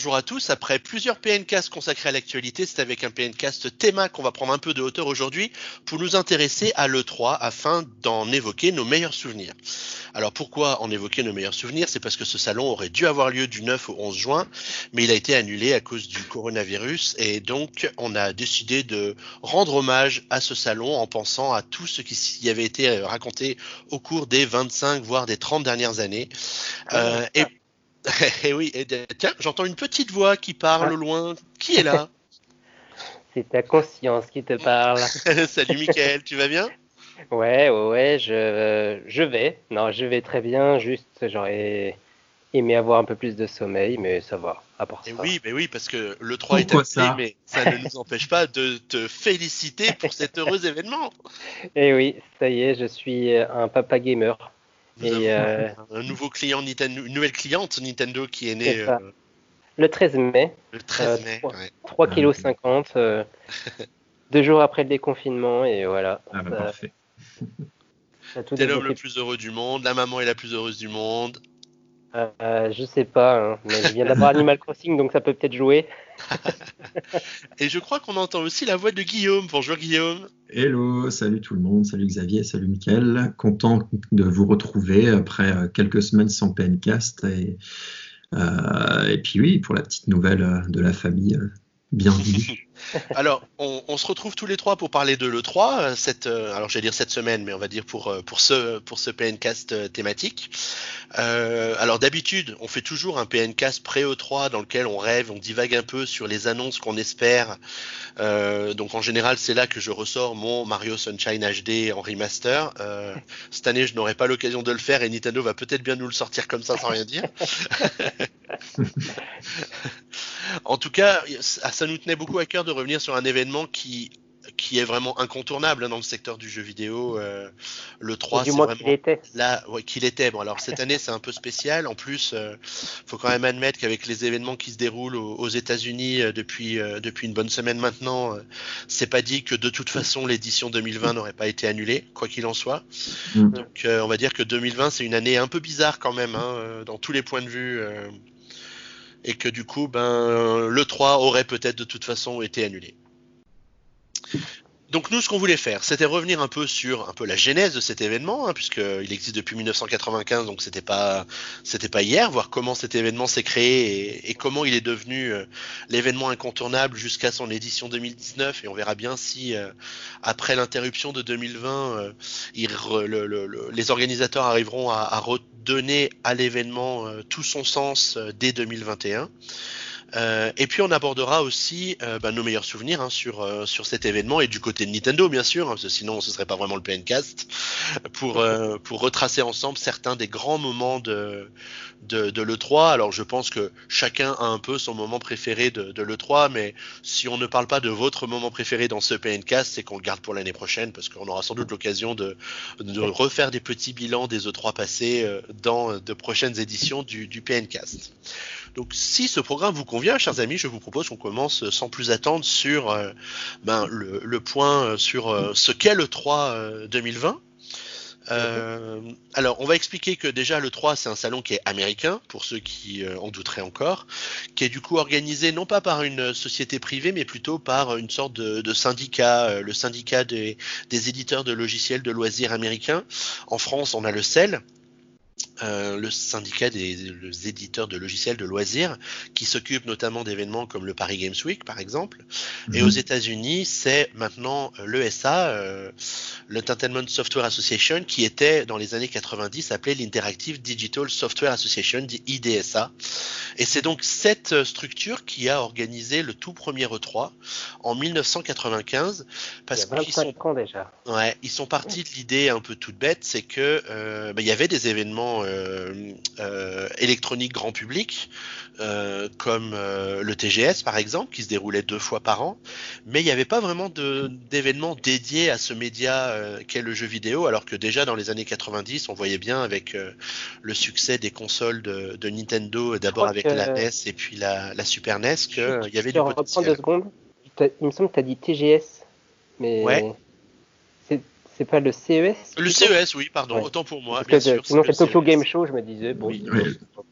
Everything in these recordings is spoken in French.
bonjour à tous. Après plusieurs PNcast consacrés à l'actualité, c'est avec un PNcast théma qu'on va prendre un peu de hauteur aujourd'hui pour nous intéresser à l'E3 afin d'en évoquer nos meilleurs souvenirs. Alors pourquoi en évoquer nos meilleurs souvenirs? C'est parce que ce salon aurait dû avoir lieu du 9 au 11 juin, mais il a été annulé à cause du coronavirus et donc on a décidé de rendre hommage à ce salon en pensant à tout ce qui y avait été raconté au cours des 25 voire des 30 dernières années. Et oui, tiens, j'entends une petite voix qui parle au loin. Qui est là? C'est ta conscience qui te parle. Salut Mickaël, tu vas bien? Ouais, je vais très bien, juste j'aurais aimé avoir un peu plus de sommeil, mais ça va, à part ça. Oui, parce que le 3 est annulé, mais ça ne nous empêche pas de te féliciter pour cet heureux événement. Et oui, ça y est, je suis un papa gamer. Nous avons un nouveau client Nintendo, une nouvelle cliente Nintendo qui est née le 13 mai. le 13 mai. 3,50 kg, 2 jours après le déconfinement, et voilà. Parfait. T'es l'homme le plus heureux du monde, la maman est la plus heureuse du monde. Je sais pas, hein, mais je viens d'avoir Animal Crossing, donc ça peut-être jouer. Et je crois qu'on entend aussi la voix de Guillaume. Bonjour Guillaume. Hello, salut tout le monde, salut Xavier, salut Mickaël. Content de vous retrouver après quelques semaines sans PNcast. Et puis oui, pour la petite nouvelle de la famille, bienvenue. Alors, on se retrouve tous les trois pour parler de l'E3, alors j'allais dire cette semaine, mais on va dire pour ce PNcast thématique. Alors d'habitude, on fait toujours un PNcast pré-E3 dans lequel on rêve, on divague un peu sur les annonces qu'on espère. Donc en général, c'est là que je ressors mon Mario Sunshine HD en remaster. Cette année, je n'aurai pas l'occasion de le faire et Nintendo va peut-être bien nous le sortir comme ça sans rien dire. En tout cas, ça nous tenait beaucoup à cœur de revenir sur un événement qui est vraiment incontournable dans le secteur du jeu vidéo. Le 3, c'est vraiment là qu'il était. Bon, alors cette année, c'est un peu spécial. En plus, faut quand même admettre qu'avec les événements qui se déroulent aux États-Unis depuis une bonne semaine maintenant, c'est pas dit que de toute façon l'édition 2020 n'aurait pas été annulée, quoi qu'il en soit. Donc, on va dire que 2020, c'est une année un peu bizarre quand même, dans tous les points de vue. Et que du coup, le 3 aurait peut-être de toute façon été annulé. Donc nous, ce qu'on voulait faire, c'était revenir un peu sur la genèse de cet événement, puisqu'il existe depuis 1995, donc c'était pas hier, voir comment cet événement s'est créé et comment il est devenu l'événement incontournable jusqu'à son édition 2019, et on verra bien si après l'interruption de 2020, les organisateurs arriveront à redonner à l'événement tout son sens dès 2021. Et puis on abordera aussi nos meilleurs souvenirs sur cet événement et du côté de Nintendo bien sûr, parce que sinon ce serait pas vraiment le PNcast, pour retracer ensemble certains des grands moments de l'E3. Alors je pense que chacun a un peu son moment préféré de l'E3, mais si on ne parle pas de votre moment préféré dans ce PNcast, c'est qu'on le garde pour l'année prochaine, parce qu'on aura sans doute l'occasion de refaire des petits bilans des E3 passés dans de prochaines éditions du PNcast. Donc si ce programme vous convient, chers amis, je vous propose qu'on commence sans plus attendre sur le point sur ce qu'est l'E3 2020. Alors on va expliquer que déjà l'E3 c'est un salon qui est américain, pour ceux qui en douteraient encore, qui est du coup organisé non pas par une société privée mais plutôt par une sorte de syndicat, le syndicat des éditeurs de logiciels de loisirs américains. En France on a le CEL, le syndicat des éditeurs de logiciels de loisirs, qui s'occupe notamment d'événements comme le Paris Games Week par exemple. Et aux États-Unis c'est maintenant l'ESA, l'Entertainment Software Association, qui était dans les années 90 appelée l'Interactive Digital Software Association, dit IDSA. Et c'est donc cette structure qui a organisé le tout premier E3 en 1995, parce qu'ils sont déjà. Ouais, ils sont partis de l'idée un peu toute bête, c'est que il y avait des événements électroniques grand public, comme le TGS par exemple, qui se déroulait 2 fois par an, mais il n'y avait pas vraiment d'événements dédiés à ce média qu'est le jeu vidéo, alors que déjà dans les années 90, on voyait bien avec le succès des consoles de Nintendo, d'abord avec la NES et puis la Super NES, qu'il y avait du potentiel. 2 secondes. Il me semble que tu as dit TGS, mais ouais. C'est pas le CES? Le CES, oui, pardon, autant pour moi, Parce bien que sûr. Sinon c'est Tokyo Game Show, je me disais, bon. Oui.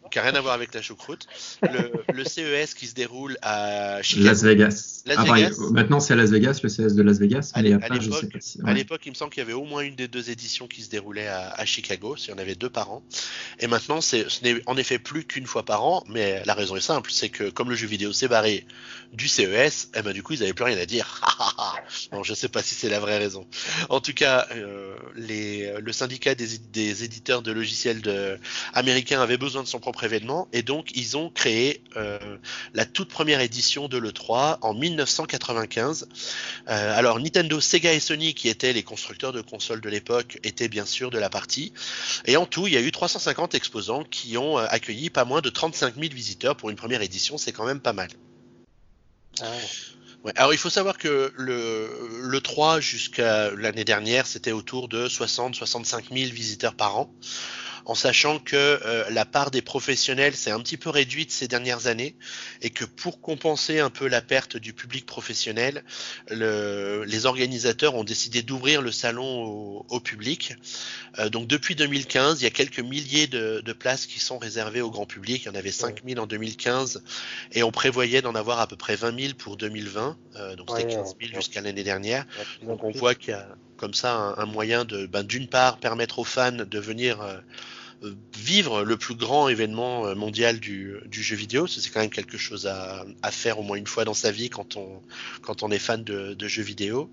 qui a rien à voir avec la choucroute. Le CES qui se déroule à Chicago. Las Vegas. Las Vegas. Maintenant, c'est à Las Vegas, le CES de Las Vegas. À Mais après, l'époque, je sais pas si. à l'époque, il me semble qu'il y avait au moins une des deux éditions qui se déroulait à Chicago, s'il y en avait 2 par an. Et maintenant, ce n'est en effet plus qu'une fois par an, mais la raison est simple, c'est que comme le jeu vidéo s'est barré du CES, eh ben, du coup, ils n'avaient plus rien à dire. Bon, je sais pas si c'est la vraie raison. En tout cas, le syndicat des éditeurs de logiciels américains avait besoin de son propre événement, et donc ils ont créé la toute première édition de l'E3 en 1995. Alors Nintendo, Sega et Sony, qui étaient les constructeurs de consoles de l'époque, étaient bien sûr de la partie. Et en tout, il y a eu 350 exposants qui ont accueilli pas moins de 35 000 visiteurs pour une première édition. C'est quand même pas mal. Ah ouais. Ouais. Alors il faut savoir que le 3 jusqu'à l'année dernière, c'était autour de 60-65 000 visiteurs par an, en sachant que la part des professionnels s'est un petit peu réduite ces dernières années, et que pour compenser un peu la perte du public professionnel, les organisateurs ont décidé d'ouvrir le salon au public. Donc depuis 2015, il y a quelques milliers de places qui sont réservées au grand public. Il y en avait 5 000 en 2015, et on prévoyait d'en avoir à peu près 20 000 pour 2020. Donc c'était 15 000 jusqu'à l'année dernière. Donc on voit qu'il y a comme ça un moyen de, d'une part, permettre aux fans de venir vivre le plus grand événement mondial du jeu vidéo. C'est quand même quelque chose à faire au moins une fois dans sa vie quand on est fan de jeux vidéo.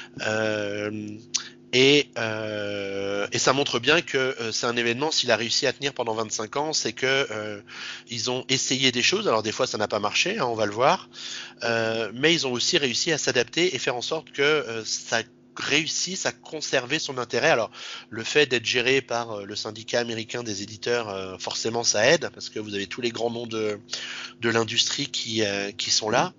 Et ça montre bien que c'est un événement, s'il a réussi à tenir pendant 25 ans, c'est que ils ont essayé des choses. Alors des fois ça n'a pas marché, hein, on va le voir, mais ils ont aussi réussi à s'adapter et faire en sorte que ça réussissent à conserver son intérêt. Alors le fait d'être géré par le syndicat américain des éditeurs, forcément ça aide, parce que vous avez tous les grands noms de l'industrie qui sont là.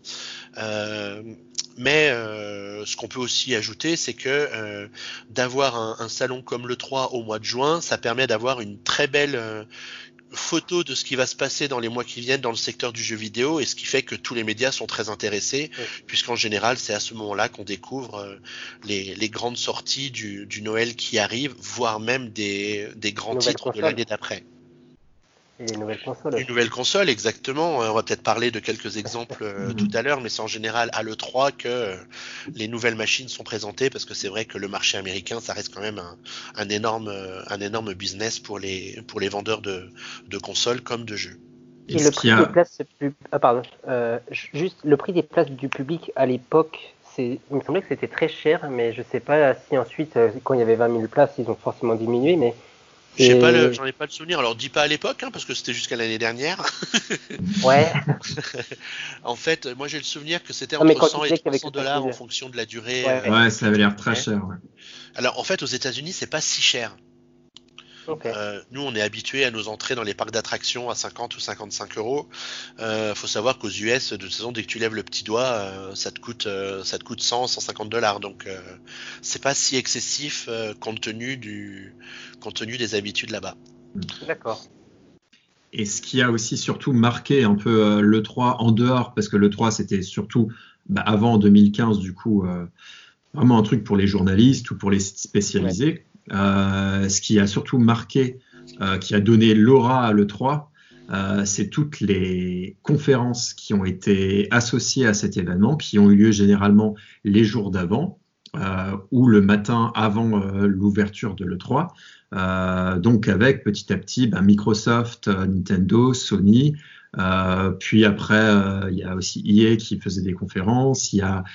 Mais ce qu'on peut aussi ajouter, c'est que d'avoir un salon comme l'E3 au mois de juin, ça permet d'avoir une très belle photo de ce qui va se passer dans les mois qui viennent dans le secteur du jeu vidéo, et ce qui fait que tous les médias sont très intéressés, puisqu'en général c'est à ce moment-là qu'on découvre les grandes sorties du Noël qui arrivent, voire même des grands titres de l'année d'après. Et les nouvelles consoles. Une nouvelle console, exactement. On va peut-être parler de quelques exemples tout à l'heure, mais c'est en général à l'E3 que les nouvelles machines sont présentées, parce que c'est vrai que le marché américain, ça reste quand même un énorme business pour les vendeurs de consoles comme de jeux. Et le prix des places, juste le prix des places du public à l'époque, il me semblait que c'était très cher, mais je sais pas si ensuite, quand il y avait 20 000 places, ils ont forcément diminué, mais j'en ai pas le souvenir. Alors dis pas à l'époque, hein, parce que c'était jusqu'à l'année dernière. Ouais. En fait, moi j'ai le souvenir que c'était entre 100 et 300 $ en fonction de la durée. Ouais, ça avait l'air très cher. Ouais. Alors en fait, aux États-Unis, c'est pas si cher. Okay. Nous, on est habitué à nos entrées dans les parcs d'attractions à 50 ou 55 €. Faut savoir qu'aux US, de toute façon, dès que tu lèves le petit doigt, ça te coûte 100, 150 $. Donc, c'est pas si excessif compte tenu des habitudes là-bas. D'accord. Et ce qui a aussi surtout marqué un peu l'E3 en dehors, parce que l'E3 c'était surtout avant 2015, du coup, vraiment un truc pour les journalistes ou pour les sites spécialisés. Ouais. Ce qui a surtout marqué, qui a donné l'aura à l'E3, c'est toutes les conférences qui ont été associées à cet événement, qui ont eu lieu généralement les jours d'avant ou le matin avant l'ouverture de l'E3. Donc avec petit à petit Microsoft, Nintendo, Sony. Puis après, il y a aussi EA qui faisait des conférences. Il y a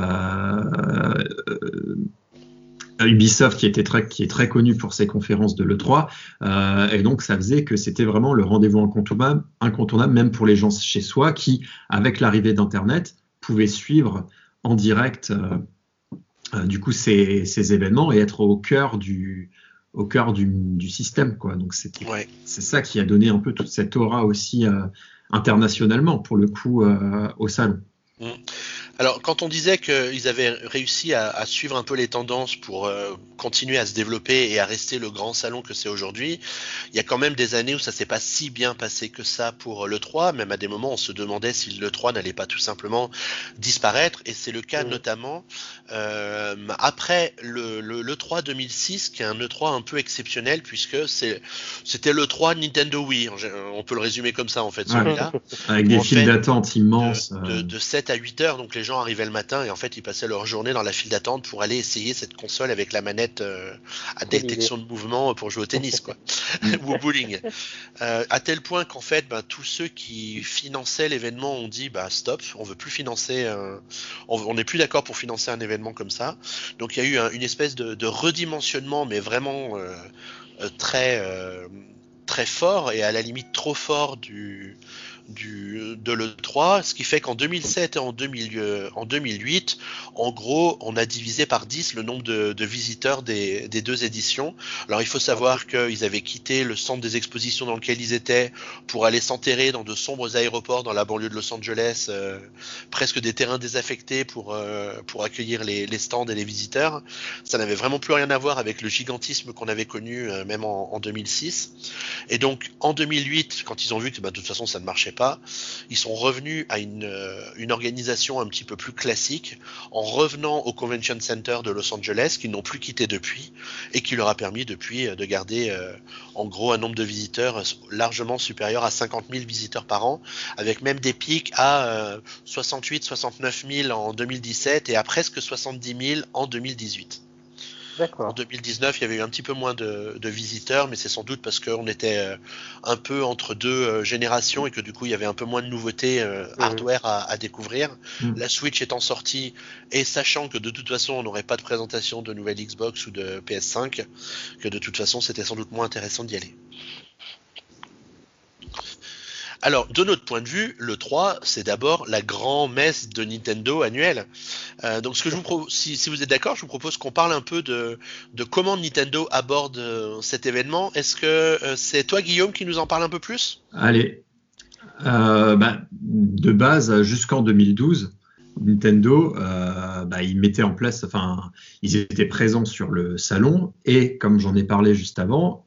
Ubisoft qui est très connu pour ses conférences de l'E3, et donc ça faisait que c'était vraiment le rendez-vous incontournable même pour les gens chez soi qui, avec l'arrivée d'Internet, pouvaient suivre en direct du coup ces événements et être au cœur du système, quoi. Donc c'est ça qui a donné un peu toute cette aura aussi internationalement pour le coup au salon. Alors, quand on disait qu'ils avaient réussi à suivre un peu les tendances pour continuer à se développer et à rester le grand salon que c'est aujourd'hui, il y a quand même des années où ça s'est pas si bien passé que ça pour l'E3. Même à des moments, on se demandait si l'E3 n'allait pas tout simplement disparaître. Et c'est le cas notamment après l'E3 2006, qui est un E3 un peu exceptionnel puisque c'était l'E3 Nintendo Wii. On peut le résumer comme ça en fait, celui-là. Avec des files d'attente immenses. De 7 à 8 heures, donc les gens arrivaient le matin et en fait ils passaient leur journée dans la file d'attente pour aller essayer cette console avec la manette à détection de mouvement pour jouer au tennis quoi, ou au bowling. À tel point qu'en fait tous ceux qui finançaient l'événement ont dit stop, on veut plus financer, on n'est plus d'accord pour financer un événement comme ça. Donc il y a eu une espèce de redimensionnement, mais vraiment très très fort et à la limite trop fort de l'E3, ce qui fait qu'en 2007 et en 2008, en gros, on a divisé par 10 le nombre de visiteurs des deux éditions. Alors, il faut savoir qu'ils avaient quitté le centre des expositions dans lequel ils étaient pour aller s'enterrer dans de sombres aéroports dans la banlieue de Los Angeles, presque des terrains désaffectés pour accueillir les stands et les visiteurs. Ça n'avait vraiment plus rien à voir avec le gigantisme qu'on avait connu même en 2006. Et donc, en 2008, quand ils ont vu que de toute façon ça ne marchait pas, ils sont revenus à une organisation un petit peu plus classique en revenant au Convention Center de Los Angeles qu'ils n'ont plus quitté depuis et qui leur a permis depuis de garder en gros un nombre de visiteurs largement supérieur à 50 000 visiteurs par an, avec même des pics à 68-69 000 en 2017 et à presque 70 000 en 2018. D'accord. En 2019, il y avait eu un petit peu moins de visiteurs, mais c'est sans doute parce qu'on était un peu entre deux générations et que du coup, il y avait un peu moins de nouveautés hardware à découvrir. La Switch étant sortie et sachant que de toute façon, on n'aurait pas de présentation de nouvelle Xbox ou de PS5, que de toute façon, c'était sans doute moins intéressant d'y aller. Alors, de notre point de vue, le 3, c'est d'abord la grand-messe de Nintendo annuelle. Donc, ce que je vous propose, si vous êtes d'accord, je vous propose qu'on parle un peu de comment Nintendo aborde cet événement. Est-ce que c'est toi, Guillaume, qui nous en parle un peu plus ? Allez. De base, jusqu'en 2012, Nintendo, ils mettaient en place, ils étaient présents sur le salon et, comme j'en ai parlé juste avant,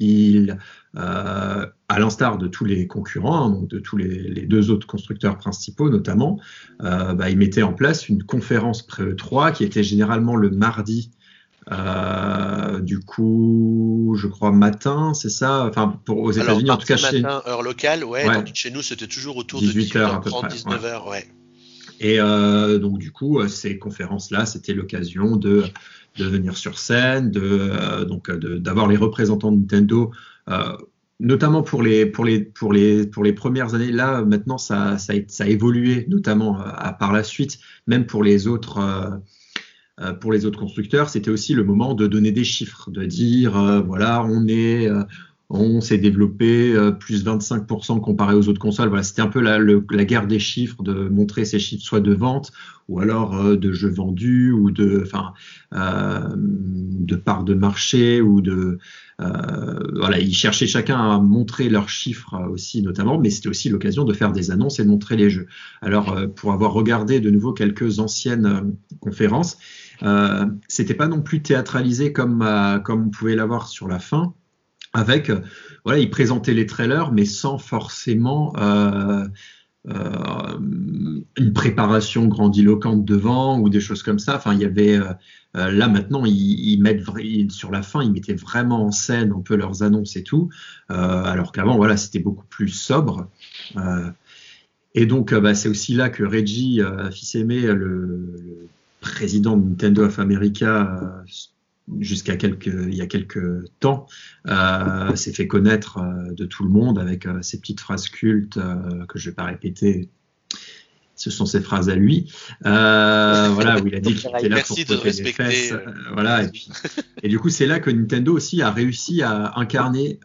à l'instar de tous les concurrents, donc de tous les deux autres constructeurs principaux notamment, ils mettaient en place une conférence pré-E3 qui était généralement le mardi. Du coup, je crois matin, c'est ça. Aux États-Unis, en tout cas, matin, heure locale, ouais. Donc, chez nous, c'était toujours autour de 18h30, 19h, ouais. Et donc du coup, ces conférences-là, c'était l'occasion de venir sur scène, d'avoir les représentants de Nintendo, notamment pour les premières années. Là, maintenant, ça a évolué, notamment par la suite, même pour les autres constructeurs, c'était aussi le moment de donner des chiffres, de dire voilà, on s'est développé plus 25% comparé aux autres consoles. Voilà, c'était un peu la guerre des chiffres, de montrer ces chiffres soit de vente ou alors de jeux vendus ou de parts de marché ou ils cherchaient chacun à montrer leurs chiffres aussi notamment, mais c'était aussi l'occasion de faire des annonces et de montrer les jeux. Alors pour avoir regardé de nouveau quelques anciennes conférences, c'était pas non plus théâtralisé comme on pouvait l'avoir sur la fin. Avec, ils présentaient les trailers, mais sans forcément une préparation grandiloquente devant ou des choses comme ça. Enfin, il y avait là maintenant, sur la fin, ils mettaient vraiment en scène un peu leurs annonces et tout, alors qu'avant, c'était beaucoup plus sobre. Et donc, c'est aussi là que Reggie Fils-Aimé, le président de Nintendo of America, il y a quelques temps, s'est fait connaître de tout le monde avec ses petites phrases cultes que je ne vais pas répéter. Ce sont ses phrases à lui. Où il a dit qu'il était là pour poser des fesses. Et du coup, c'est là que Nintendo aussi a réussi à incarner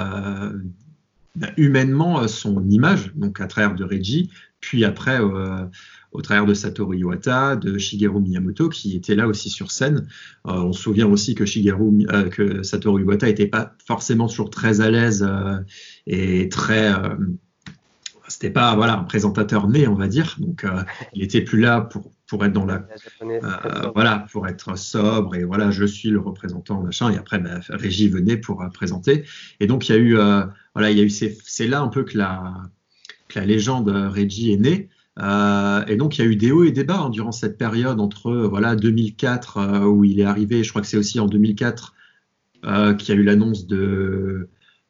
humainement son image, donc à travers de Reggie, puis après au travers de Satoru Iwata, de Shigeru Miyamoto, qui était là aussi sur scène. On se souvient aussi que Satoru Iwata n'était pas forcément toujours très à l'aise et très... c'était pas voilà un présentateur né, on va dire. Donc il était plus là pour être dans la voilà, pour être sobre et voilà, je suis le représentant machin. Et après, Régis venait pour présenter. Et donc il y a eu voilà, il y a eu c'est là un peu que la légende Régis est née. Et donc il y a eu des hauts et des bas hein, durant cette période entre voilà 2004 où il est arrivé. Je crois que c'est aussi en 2004 qu'il y a eu l'annonce de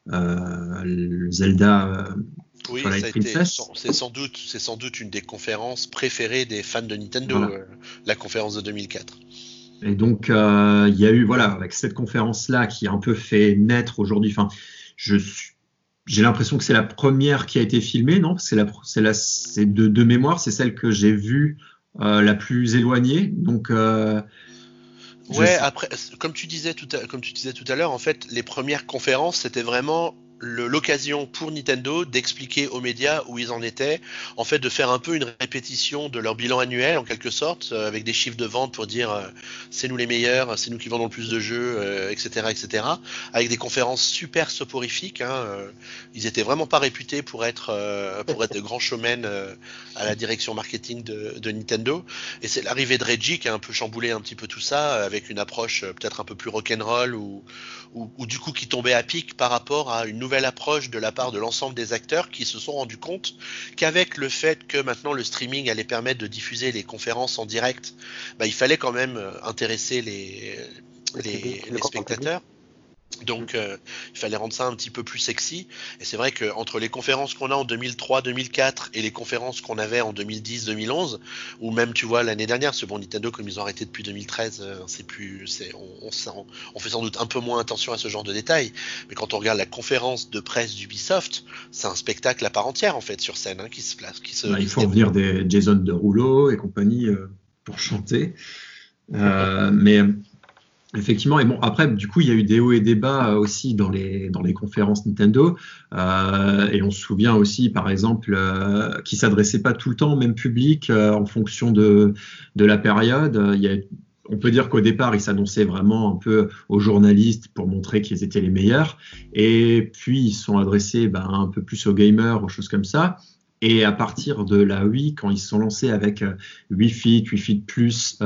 Zelda. Oui, c'est sans doute une des conférences préférées des fans de Nintendo, voilà. La conférence de 2004. Et donc il y a eu voilà avec cette conférence-là qui a un peu fait naître aujourd'hui. Enfin, j'ai l'impression que c'est la première qui a été filmée, non ? C'est de mémoire, c'est celle que j'ai vue la plus éloignée. Donc ouais, après, comme tu disais tout à l'heure, en fait, les premières conférences, c'était vraiment l'occasion pour Nintendo d'expliquer aux médias où ils en étaient, en fait de faire un peu une répétition de leur bilan annuel en quelque sorte, avec des chiffres de vente pour dire c'est nous les meilleurs, c'est nous qui vendons le plus de jeux, etc., avec des conférences super soporifiques. Hein, ils étaient vraiment pas réputés pour être de grands showmen à la direction marketing de Nintendo. Et c'est l'arrivée de Reggie qui a un peu chamboulé un petit peu tout ça, avec une approche peut-être un peu plus rock'n'roll ou du coup qui tombait à pic par rapport à une nouvelle approche de la part de l'ensemble des acteurs qui se sont rendus compte qu'avec le fait que maintenant le streaming allait permettre de diffuser les conférences en direct, il fallait quand même intéresser les spectateurs. Donc il fallait rendre ça un petit peu plus sexy, et c'est vrai que entre les conférences qu'on a en 2003-2004 et les conférences qu'on avait en 2010-2011, ou même tu vois l'année dernière, ce bon Nintendo comme ils ont arrêté depuis 2013, on fait sans doute un peu moins attention à ce genre de détails, mais quand on regarde la conférence de presse d'Ubisoft, c'est un spectacle à part entière en fait sur scène qui se place. Il faut en venir des Jason Derulo et compagnie pour chanter, mais effectivement, et bon, après, du coup, il y a eu des hauts et des bas aussi dans les conférences Nintendo, et on se souvient aussi, par exemple, qu'ils s'adressaient pas tout le temps au même public en fonction de la période. On peut dire qu'au départ, ils s'annonçaient vraiment un peu aux journalistes pour montrer qu'ils étaient les meilleurs, et puis ils se sont adressés un peu plus aux gamers, aux choses comme ça. Et à partir de la Wii, quand ils se sont lancés avec Wii Fit Plus,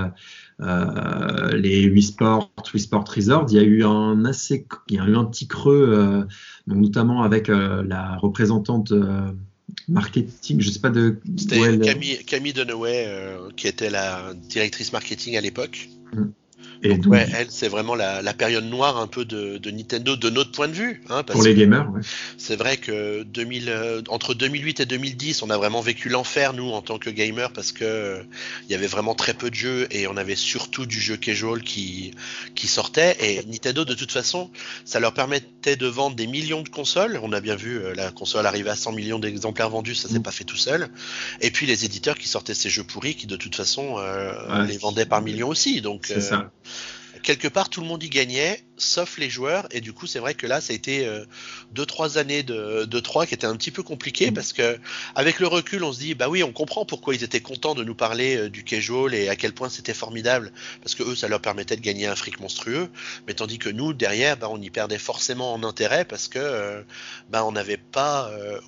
les Wii Sport Resort, il y a eu un petit creux, notamment avec la représentante marketing, je sais pas de. C'était Camille Dunaway qui était la directrice marketing à l'époque. Et donc, ouais, elle, c'est vraiment la période noire un peu de Nintendo de notre point de vue. Hein, parce pour les gamers, ouais. C'est vrai que entre 2008 et 2010, on a vraiment vécu l'enfer, nous, en tant que gamers, parce que il y avait vraiment très peu de jeux et on avait surtout du jeu casual qui sortait. Et Nintendo, de toute façon, ça leur permettait de vendre des millions de consoles. On a bien vu la console arriver à 100 millions d'exemplaires vendus, ça s'est pas fait tout seul. Et puis les éditeurs qui sortaient ces jeux pourris qui, de toute façon, les vendaient par millions aussi. Donc, c'est ça. Quelque part, tout le monde y gagnait, sauf les joueurs. Et du coup, c'est vrai que là, ça a été 2-3 années de 3 qui étaient un petit peu compliquées parce que, avec le recul, on se dit, bah oui, on comprend pourquoi ils étaient contents de nous parler du casual et à quel point c'était formidable parce que eux, ça leur permettait de gagner un fric monstrueux. Mais tandis que nous, derrière, on y perdait forcément en intérêt parce que, on n'avait pas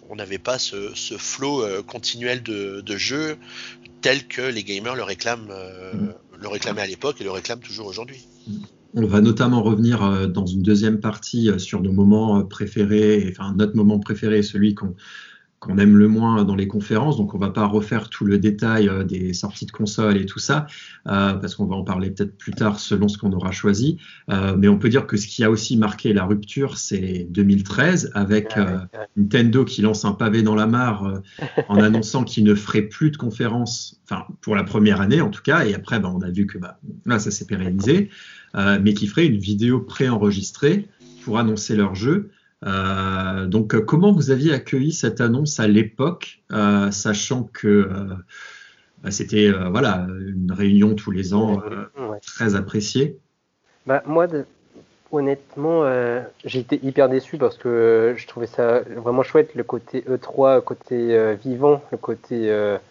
ce flow continuel de jeux tel que les gamers le réclamaient à l'époque et le réclament toujours aujourd'hui. On va notamment revenir dans une deuxième partie sur nos moments préférés, enfin notre moment préféré, celui qu'on aime le moins dans les conférences. Donc on va pas refaire tout le détail des sorties de consoles et tout ça, parce qu'on va en parler peut-être plus tard selon ce qu'on aura choisi. Mais on peut dire que ce qui a aussi marqué la rupture, c'est 2013, avec Nintendo qui lance un pavé dans la mare en annonçant qu'il ne ferait plus de conférences, enfin pour la première année en tout cas, et après on a vu que là ça s'est pérennisé, mais qui ferait une vidéo préenregistrée pour annoncer leur jeu. Donc, comment vous aviez accueilli cette annonce à l'époque, sachant que c'était une réunion tous les ans très appréciée? Moi, honnêtement, j'ai été hyper déçu parce que je trouvais ça vraiment chouette, le côté E3, le côté vivant, le côté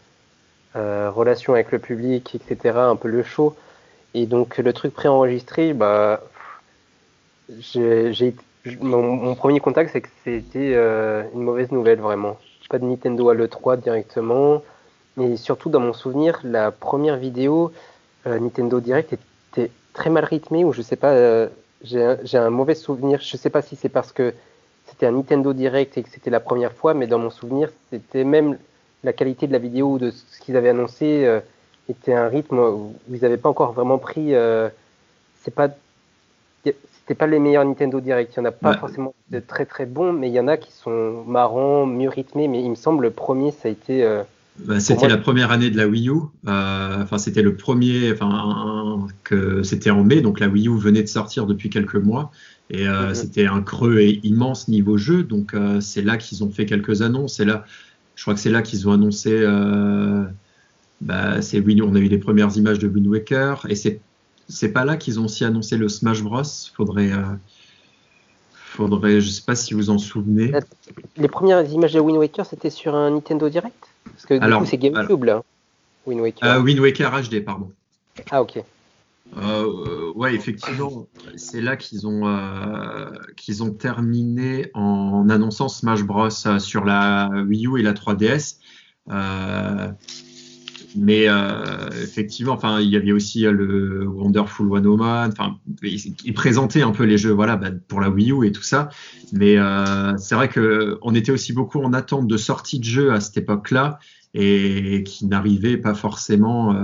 relation avec le public, etc., un peu le show. Et donc, le truc préenregistré, mon premier contact, c'est que c'était une mauvaise nouvelle, vraiment. Pas de Nintendo à l'E3 directement. Et surtout, dans mon souvenir, la première vidéo Nintendo Direct était très mal rythmée, ou je sais pas, j'ai un mauvais souvenir. Je sais pas si c'est parce que c'était un Nintendo Direct et que c'était la première fois, mais dans mon souvenir, c'était même la qualité de la vidéo ou de ce qu'ils avaient annoncé était un rythme où ils n'avaient pas encore vraiment pris. C'est pas C'était pas les meilleurs Nintendo Direct. Il n'y en a pas forcément de très très bons, mais il y en a qui sont marrants, mieux rythmés. Mais il me semble le premier, ça a été. C'était la première année de la Wii U. Enfin, c'était le premier. Que c'était en mai, donc la Wii U venait de sortir depuis quelques mois. Et c'était un creux immense niveau jeu. Donc c'est là qu'ils ont fait quelques annonces. Je crois que c'est là qu'ils ont annoncé. C'est Wii U. On a eu les premières images de Wind Waker. Et c'est pas là qu'ils ont aussi annoncé le Smash Bros. Faudrait, je sais pas si vous en souvenez. Les premières images de Wind Waker, c'était sur un Nintendo Direct? Parce que du coup, c'est GameCube, là. Wind Waker. Wind Waker HD, pardon. Ah, ok. Ouais, effectivement, c'est là qu'ils ont terminé en annonçant Smash Bros sur la Wii U et la 3DS. Mais effectivement, enfin, il y avait aussi le Wonderful 101. Enfin, ils présentaient un peu les jeux, voilà, pour la Wii U et tout ça. Mais c'est vrai que on était aussi beaucoup en attente de sortie de jeux à cette époque-là et qui n'arrivaient pas forcément.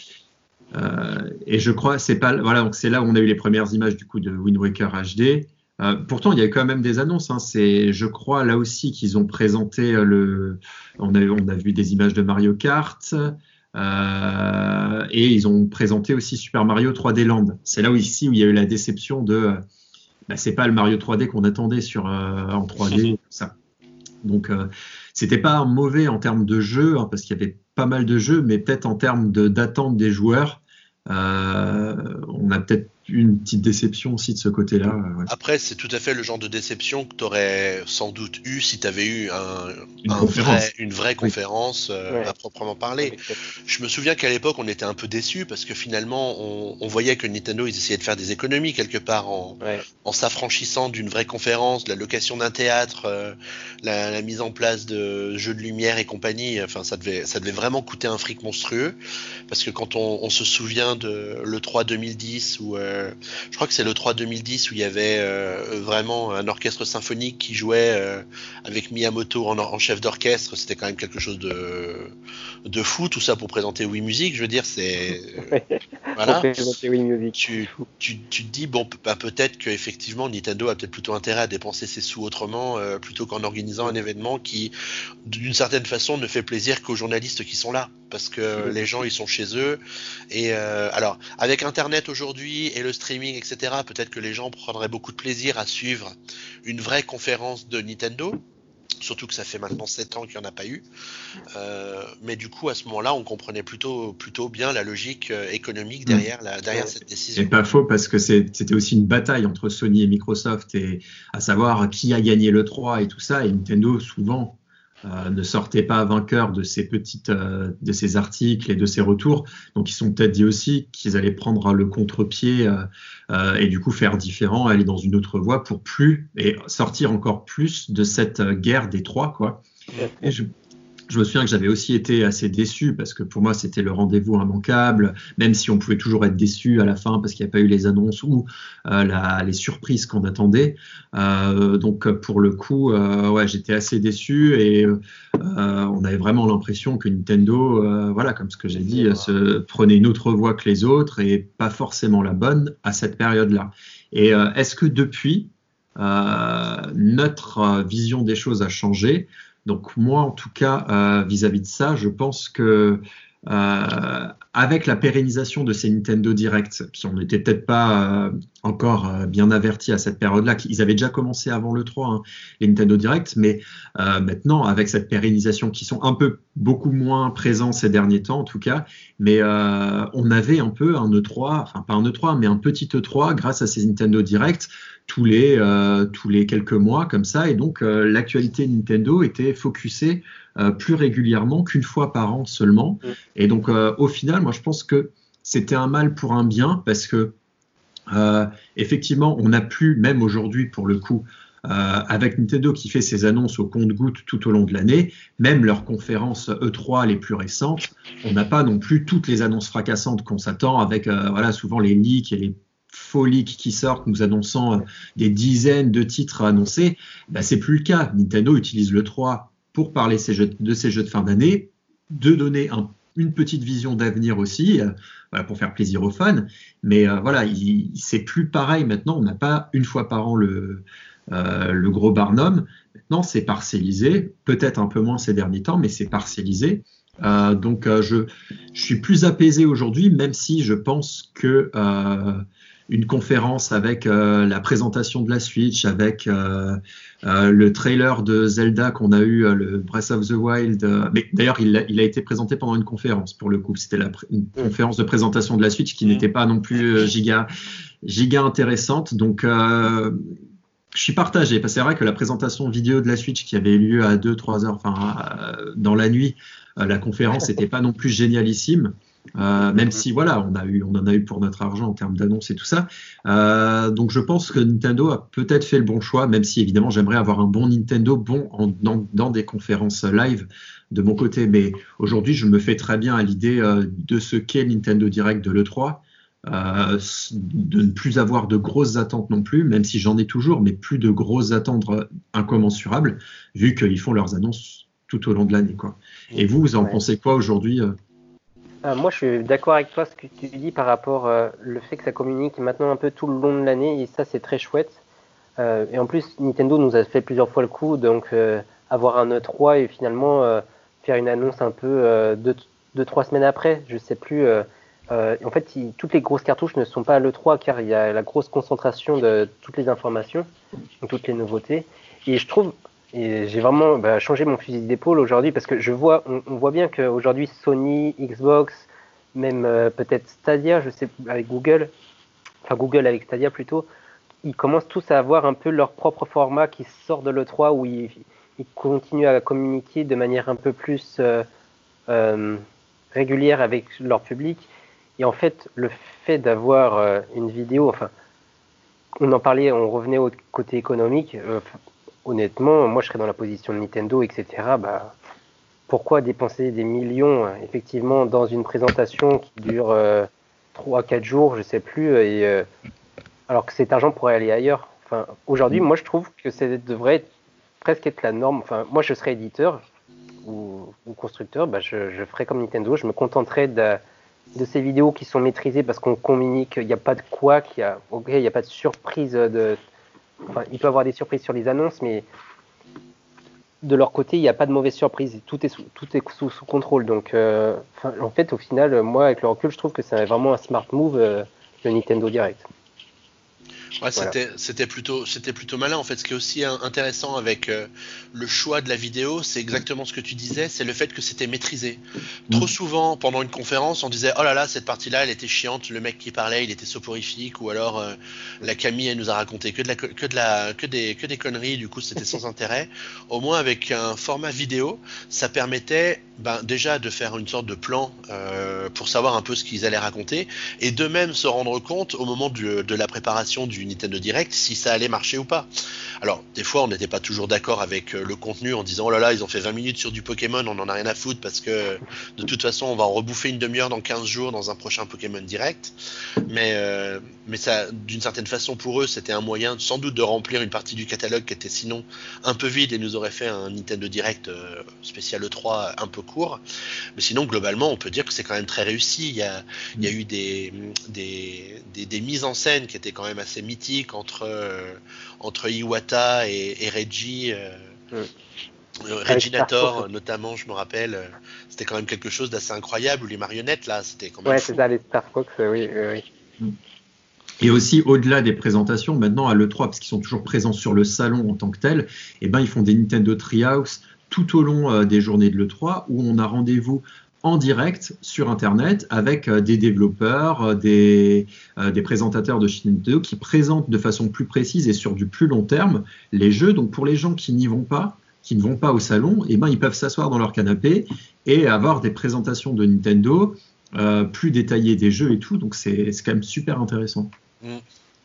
Et je crois, c'est pas, voilà, donc c'est là où on a eu les premières images du coup de Wind Waker HD. Pourtant, il y a eu quand même des annonces. Hein. Je crois, là aussi qu'ils ont présenté on a vu des images de Mario Kart. Et ils ont présenté aussi Super Mario 3D Land. C'est là où il y a eu la déception de c'est pas le Mario 3D qu'on attendait en 3D, tout ça. Donc c'était pas mauvais en termes de jeu, hein, parce qu'il y avait pas mal de jeux, mais peut-être en termes d'attente des joueurs, on a peut-être une petite déception aussi de ce côté-là. Ouais. Après, c'est tout à fait le genre de déception que tu aurais sans doute eu si tu avais eu une vraie conférence à proprement parler. Je me souviens qu'à l'époque, on était un peu déçus parce que finalement, on voyait que Nintendo, ils essayaient de faire des économies quelque part en s'affranchissant d'une vraie conférence, de la location d'un théâtre, la mise en place de jeux de lumière et compagnie. Enfin, ça devait vraiment coûter un fric monstrueux parce que quand on se souvient de l'E3 2010 où je crois que c'est l'E3 2010 où il y avait vraiment un orchestre symphonique qui jouait avec Miyamoto en chef d'orchestre. C'était quand même quelque chose de fou, tout ça pour présenter Wii Music. Je veux dire, c'est voilà. Tu te dis bon, peut-être que effectivement Nintendo a peut-être plutôt intérêt à dépenser ses sous autrement plutôt qu'en organisant un événement qui, d'une certaine façon, ne fait plaisir qu'aux journalistes qui sont là, parce que les gens ils sont chez eux. Et alors avec Internet aujourd'hui et le streaming, etc., peut-être que les gens prendraient beaucoup de plaisir à suivre une vraie conférence de Nintendo, surtout que ça fait maintenant 7 ans qu'il n'y en a pas eu. Mais du coup, à ce moment-là, on comprenait plutôt bien la logique économique derrière cette décision. C'est pas faux, parce que c'était aussi une bataille entre Sony et Microsoft, et à savoir qui a gagné le 3 et tout ça, et Nintendo, souvent, ne sortait pas vainqueur de ces articles et de ces retours. Donc ils sont peut-être dit aussi qu'ils allaient prendre le contre-pied et du coup faire différent, aller dans une autre voie pour sortir encore plus de cette guerre des trois, quoi. Et je me souviens que j'avais aussi été assez déçu parce que pour moi c'était le rendez-vous immanquable, même si on pouvait toujours être déçu à la fin parce qu'il n'y a pas eu les annonces ou les surprises qu'on attendait. Donc pour le coup, j'étais assez déçu et on avait vraiment l'impression que Nintendo, comme ce que j'ai dit, se prenait une autre voie que les autres et pas forcément la bonne à cette période-là. Et est-ce que depuis, notre vision des choses a changé? Donc moi, en tout cas, vis-à-vis de ça, je pense que avec la pérennisation de ces Nintendo Direct, qui on n'était peut-être pas encore bien avertis à cette période-là, ils avaient déjà commencé avant le 3, hein, les Nintendo Direct, mais maintenant, avec cette pérennisation, qui sont beaucoup moins présents ces derniers temps, en tout cas, mais on avait un peu un E3, enfin pas un E3, mais un petit E3 grâce à ces Nintendo Direct, tous les quelques mois comme ça, et donc l'actualité Nintendo était focusée plus régulièrement qu'une fois par an seulement. Et donc au final, moi je pense que c'était un mal pour un bien, parce que Effectivement, on n'a plus, même aujourd'hui pour le coup, avec Nintendo qui fait ses annonces au compte-gouttes tout au long de l'année, même leurs conférences E3 les plus récentes, on n'a pas non plus toutes les annonces fracassantes qu'on s'attend avec souvent les leaks et les faux leaks qui sortent nous annonçant des dizaines de titres annoncés. C'est plus le cas. Nintendo utilise l'E3 pour parler de ses jeux de fin d'année, de donner une petite vision d'avenir aussi, pour faire plaisir aux fans. Mais c'est plus pareil maintenant. On n'a pas une fois par an le gros Barnum. Maintenant, c'est parcellisé, peut-être un peu moins ces derniers temps, mais c'est parcellisé. Donc, je suis plus apaisé aujourd'hui, même si je pense que une conférence avec la présentation de la Switch, avec le trailer de Zelda qu'on a eu, le Breath of the Wild. Mais d'ailleurs, il a été présenté pendant une conférence, pour le coup. C'était une conférence de présentation de la Switch qui n'était pas non plus giga intéressante. Donc, je suis partagé, parce que c'est vrai que la présentation vidéo de la Switch qui avait eu lieu à 2-3 heures, dans la nuit, la conférence n'était pas non plus génialissime. Même si on en a eu pour notre argent en termes d'annonces et tout ça. Donc je pense que Nintendo a peut-être fait le bon choix, même si évidemment j'aimerais avoir un bon Nintendo dans des conférences live de mon côté. Mais aujourd'hui, je me fais très bien à l'idée de ce qu'est Nintendo Direct de l'E3. De ne plus avoir de grosses attentes non plus, même si j'en ai toujours, mais plus de grosses attentes incommensurables, vu qu'ils font leurs annonces tout au long de l'année, quoi. Et vous en pensez quoi aujourd'hui Moi, je suis d'accord avec toi, ce que tu dis par rapport le fait que ça communique maintenant un peu tout le long de l'année, et ça, c'est très chouette. Et en plus, Nintendo nous a fait plusieurs fois le coup, donc avoir un E3 et finalement faire une annonce un peu 2-3 semaines après, je sais plus. En fait, toutes les grosses cartouches ne sont pas à l'E3 car il y a la grosse concentration de toutes les informations, toutes les nouveautés. Et je trouve, et j'ai vraiment changé mon fusil d'épaule aujourd'hui parce que on voit bien qu'aujourd'hui Sony, Xbox, même peut-être Stadia, je sais, avec Google avec Stadia plutôt, ils commencent tous à avoir un peu leur propre format qui sort de l'E3 où ils continuent à communiquer de manière un peu plus régulière avec leur public. Et en fait, le fait d'avoir une vidéo, on en parlait, on revenait au côté économique. Honnêtement, moi, je serais dans la position de Nintendo, etc. Pourquoi dépenser des millions, effectivement, dans une présentation qui dure 3-4 jours, je sais plus, alors que cet argent pourrait aller ailleurs. Aujourd'hui, moi, je trouve que ça devrait presque être la norme. Moi, je serais éditeur ou constructeur, je ferais comme Nintendo, je me contenterais de ces vidéos qui sont maîtrisées parce qu'on communique, il n'y a pas de couac, il n'y a pas de surprise il peut y avoir des surprises sur les annonces, mais de leur côté, il n'y a pas de mauvaise surprise. Tout est sous contrôle. Donc, en fait, au final, moi, avec le recul, je trouve que c'est vraiment un smart move, le Nintendo Direct. Ouais, c'était plutôt malin en fait. Ce qui est aussi intéressant avec le choix de la vidéo, c'est exactement ce que tu disais, c'est le fait que c'était maîtrisé. Trop souvent pendant une conférence, on disait oh là là, cette partie-là, elle était chiante, le mec qui parlait, il était soporifique, ou alors la Camille, elle nous a raconté que des conneries, du coup c'était sans intérêt. Au moins avec un format vidéo, ça permettait déjà de faire une sorte de plan pour savoir un peu ce qu'ils allaient raconter, et de même se rendre compte au moment de la préparation du Nintendo Direct si ça allait marcher ou pas. Alors des fois on n'était pas toujours d'accord avec le contenu en disant oh là là, ils ont fait 20 minutes sur du Pokémon, on en a rien à foutre parce que de toute façon on va en rebouffer une demi-heure dans 15 jours dans un prochain Pokémon Direct. Mais ça, d'une certaine façon, pour eux c'était un moyen sans doute de remplir une partie du catalogue qui était sinon un peu vide et nous aurait fait un Nintendo Direct spécial E3 un peu court. Mais sinon globalement on peut dire que c'est quand même très réussi. Il y a eu des mises en scène qui étaient quand même assez mythiques entre Iwata et Reggie. Reginator notamment, je me rappelle, c'était quand même quelque chose d'assez incroyable. Les marionnettes là, c'était quand même fou. C'est ça, les Star Fox, oui. Et aussi, au-delà des présentations, maintenant à l'E3, parce qu'ils sont toujours présents sur le salon en tant que tel, ils font des Nintendo Treehouse tout au long des journées de l'E3 où on a rendez-vous en direct sur Internet avec des développeurs, des présentateurs de chez Nintendo qui présentent de façon plus précise et sur du plus long terme les jeux. Donc pour les gens qui ne vont pas au salon, ils peuvent s'asseoir dans leur canapé et avoir des présentations de Nintendo plus détaillées des jeux et tout. Donc c'est quand même super intéressant. Mm.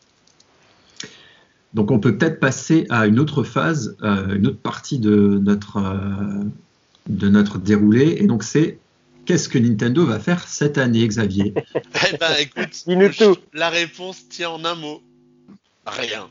Donc on peut peut-être passer à une autre phase, une autre partie de notre déroulé. Et donc c'est qu'est-ce que Nintendo va faire cette année, Xavier? Eh ben, écoute, Dis-nous tout. la réponse tient en un mot. Rien.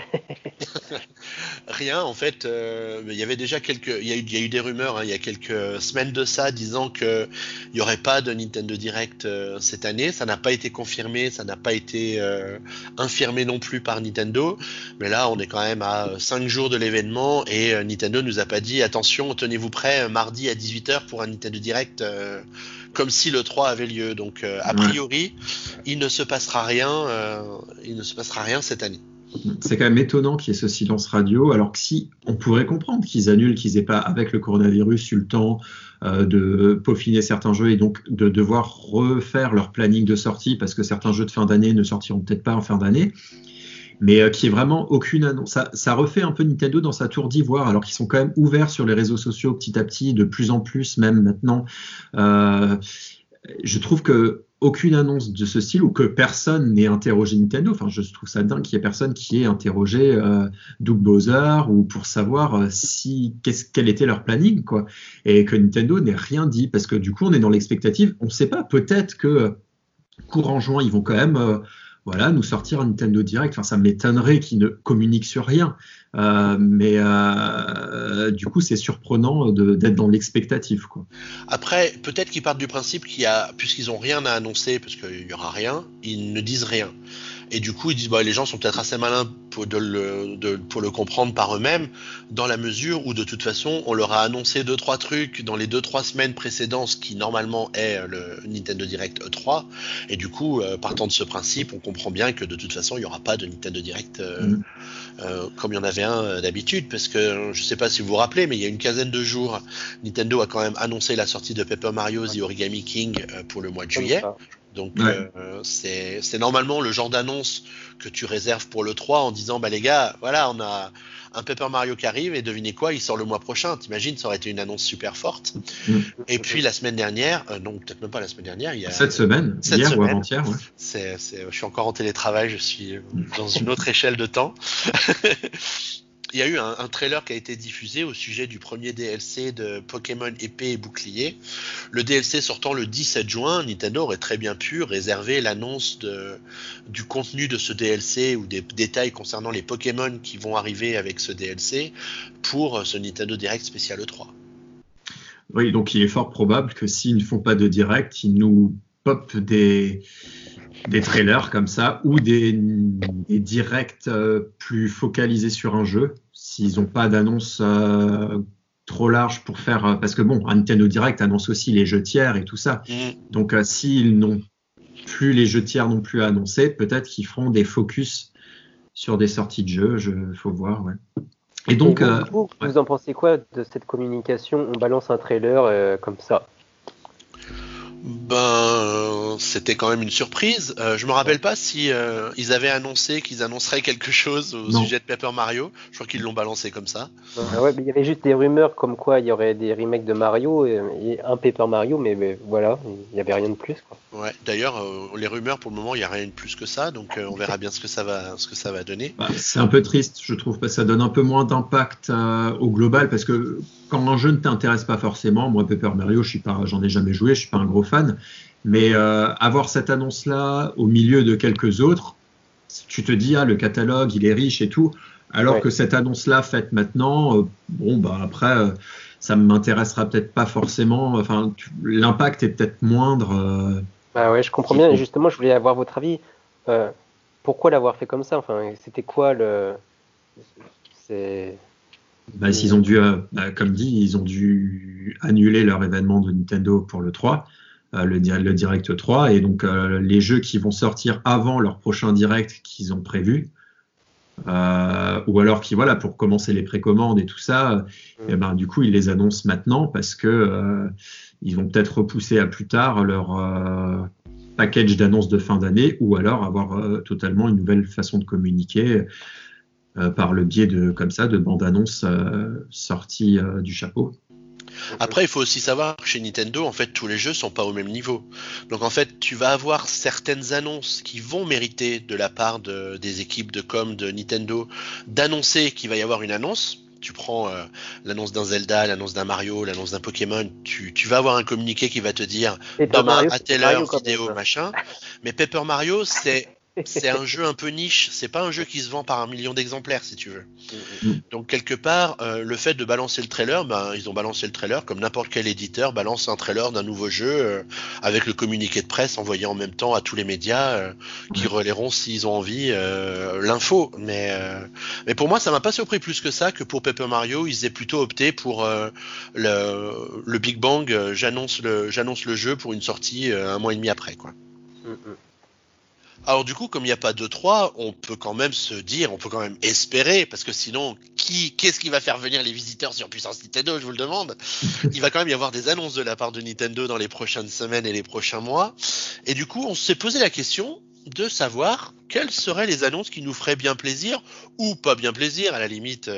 Rien, en fait, il y avait déjà il y a eu des rumeurs, hein, il y a quelques semaines de ça, disant que il y aurait pas de Nintendo Direct cette année. Ça n'a pas été confirmé, ça n'a pas été infirmé non plus par Nintendo. Mais là, on est quand même à 5 jours de l'événement et Nintendo nous a pas dit attention, tenez-vous prêts mardi à 18h pour un Nintendo Direct. Comme si le 3 avait lieu. Donc, a priori, il ne se passera rien cette année. C'est quand même étonnant qu'il y ait ce silence radio, alors que si on pourrait comprendre qu'ils annulent, qu'ils n'aient pas, avec le coronavirus, eu le temps de peaufiner certains jeux et donc de devoir refaire leur planning de sortie parce que certains jeux de fin d'année ne sortiront peut-être pas en fin d'année, mais qui est vraiment aucune annonce. Ça refait un peu Nintendo dans sa tour d'ivoire, alors qu'ils sont quand même ouverts sur les réseaux sociaux petit à petit, de plus en plus même maintenant. Je trouve que aucune annonce de ce style ou que personne n'ait interrogé Nintendo. Enfin, je trouve ça dingue qu'il y ait personne qui ait interrogé Doug Bowser ou pour savoir quel était leur planning, quoi. Et que Nintendo n'ait rien dit parce que du coup, on est dans l'expectative. On ne sait pas. Peut-être que courant juin, ils vont quand même nous sortir un Nintendo Direct. Enfin, ça m'étonnerait qu'ils ne communiquent sur rien. Mais du coup, c'est surprenant d'être dans l'expectative, quoi. Après, peut-être qu'ils partent du principe puisqu'ils ont rien à annoncer, parce qu'il y aura rien, ils ne disent rien. Et du coup, ils disent, les gens sont peut-être assez malins pour le comprendre par eux-mêmes, dans la mesure où, de toute façon, on leur a annoncé 2-3 trucs dans les 2-3 semaines précédentes, ce qui normalement est le Nintendo Direct E3. Et du coup, partant de ce principe, on comprend bien que de toute façon, il n'y aura pas de Nintendo Direct comme il y en avait un d'habitude, parce que je sais pas si vous vous rappelez, mais il y a une quinzaine de jours, Nintendo a quand même annoncé la sortie de Paper Mario The Origami King pour le mois de juillet. Donc c'est normalement le genre d'annonce que tu réserves pour le 3 en disant les gars, voilà, on a un Paper Mario qui arrive et devinez quoi, il sort le mois prochain. T'imagines, ça aurait été une annonce super forte. Et puis la semaine dernière, non, peut-être même pas la semaine dernière, il y a cette semaine, ou avant-hier, ouais. Je suis encore en télétravail, je suis dans une autre échelle de temps. Il y a eu un trailer qui a été diffusé au sujet du premier DLC de Pokémon Épée et Bouclier. Le DLC sortant le 17 juin, Nintendo aurait très bien pu réserver l'annonce du contenu de ce DLC ou des détails concernant les Pokémon qui vont arriver avec ce DLC pour ce Nintendo Direct spécial E3. Oui, donc il est fort probable que s'ils ne font pas de direct, ils nous popent des trailers comme ça ou des directs plus focalisés sur un jeu s'ils n'ont pas d'annonce trop large pour faire parce que un Nintendo Direct annonce aussi les jeux tiers et tout ça. Donc s'ils n'ont plus les jeux tiers non plus à annoncer, peut-être qu'ils feront des focus sur des sorties de jeux, faut voir, ouais. Et donc vous en pensez quoi de cette communication? On balance un trailer comme ça. C'était quand même une surprise. Je me rappelle pas si ils avaient annoncé qu'ils annonceraient quelque chose au sujet de Paper Mario. Je crois qu'ils l'ont balancé comme ça. Ouais, mais il y avait juste des rumeurs comme quoi il y aurait des remakes de Mario et un Paper Mario, mais voilà, il n'y avait rien de plus, quoi. Ouais. D'ailleurs, les rumeurs pour le moment, il n'y a rien de plus que ça, donc on verra bien ce que ça va donner. C'est un peu triste, je trouve, parce que ça donne un peu moins d'impact au global, parce que quand un jeu ne t'intéresse pas forcément, moi Paper Mario, j'en ai jamais joué, je suis pas un gros fan, mais avoir cette annonce-là au milieu de quelques autres, tu te dis le catalogue il est riche et tout, alors que cette annonce-là faite maintenant, après ça m'intéressera peut-être pas forcément, enfin l'impact est peut-être moindre. Ouais, je comprends bien. Et justement, je voulais avoir votre avis. Pourquoi l'avoir fait comme ça? Enfin, c'était quoi S'ils ont dû, comme dit, ils ont dû annuler leur événement de Nintendo pour le 3, le Direct 3, et donc les jeux qui vont sortir avant leur prochain Direct qu'ils ont prévu, ou alors pour commencer les précommandes et tout ça, du coup ils les annoncent maintenant parce que ils vont peut-être repousser à plus tard leur package d'annonces de fin d'année, ou alors avoir totalement une nouvelle façon de communiquer par le biais de bandes annonces sorties du chapeau. Après, il faut aussi savoir que chez Nintendo, en fait, tous les jeux sont pas au même niveau. Donc, en fait, tu vas avoir certaines annonces qui vont mériter de la part des équipes de com de Nintendo d'annoncer qu'il va y avoir une annonce. Tu prends l'annonce d'un Zelda, l'annonce d'un Mario, l'annonce d'un Pokémon, tu vas avoir un communiqué qui va te dire demain à telle heure, vidéo, machin. Mais Paper Mario, c'est un jeu un peu niche, c'est pas un jeu qui se vend par 1 million d'exemplaires si tu veux. Donc quelque part, le fait de balancer le trailer, ils ont balancé le trailer comme n'importe quel éditeur balance un trailer d'un nouveau jeu avec le communiqué de presse envoyé en même temps à tous les médias qui relaieront s'ils ont envie l'info. Mais pour moi, ça m'a pas surpris plus que ça que pour Paper Mario, ils aient plutôt opté pour le Big Bang. J'annonce le jeu pour une sortie 1 mois et demi après, quoi. Alors du coup, comme il n'y a pas d'E3, on peut quand même se dire, on peut quand même espérer, parce que sinon, qu'est-ce qui va faire venir les visiteurs sur Puissance Nintendo, je vous le demande. Il va quand même y avoir des annonces de la part de Nintendo dans les prochaines semaines et les prochains mois. Et du coup, on s'est posé la question de savoir quelles seraient les annonces qui nous feraient bien plaisir ou pas bien plaisir, à la limite,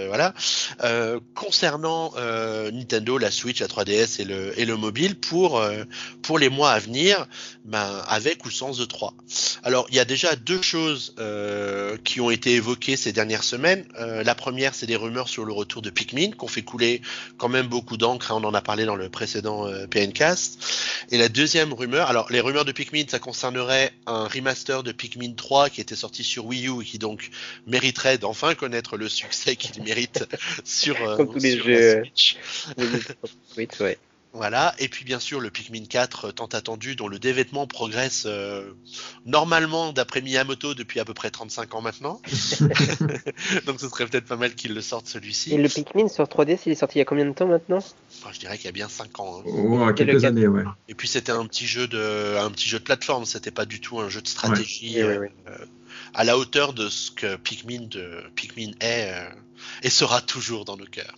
concernant Nintendo, la Switch, la 3DS et le mobile pour les mois à venir, avec ou sans E3. Alors, il y a déjà 2 choses qui ont été évoquées ces dernières semaines. La première, c'est des rumeurs sur le retour de Pikmin, qu'on fait couler quand même beaucoup d'encre, on en a parlé dans le précédent PNcast. Et la deuxième rumeur, alors les rumeurs de Pikmin, ça concernerait un remaster de Pikmin 3 qui était sorti sur Wii U et qui donc mériterait d'enfin connaître le succès qu'il mérite sur comme tous les sur jeux la Switch. Switch, ouais. Voilà, et puis bien sûr le Pikmin 4 tant attendu, dont le dévêtement progresse normalement d'après Miyamoto depuis à peu près 35 ans maintenant. Donc ce serait peut-être pas mal qu'il le sorte celui-ci. Et le Pikmin sur 3DS, il est sorti il y a combien de temps maintenant? Je dirais qu'il y a bien 5 ans. Hein. Oh, quelques années, ouais. Et puis c'était un petit jeu de plateforme, c'était pas du tout un jeu de stratégie à la hauteur de ce que Pikmin est et sera toujours dans nos cœurs.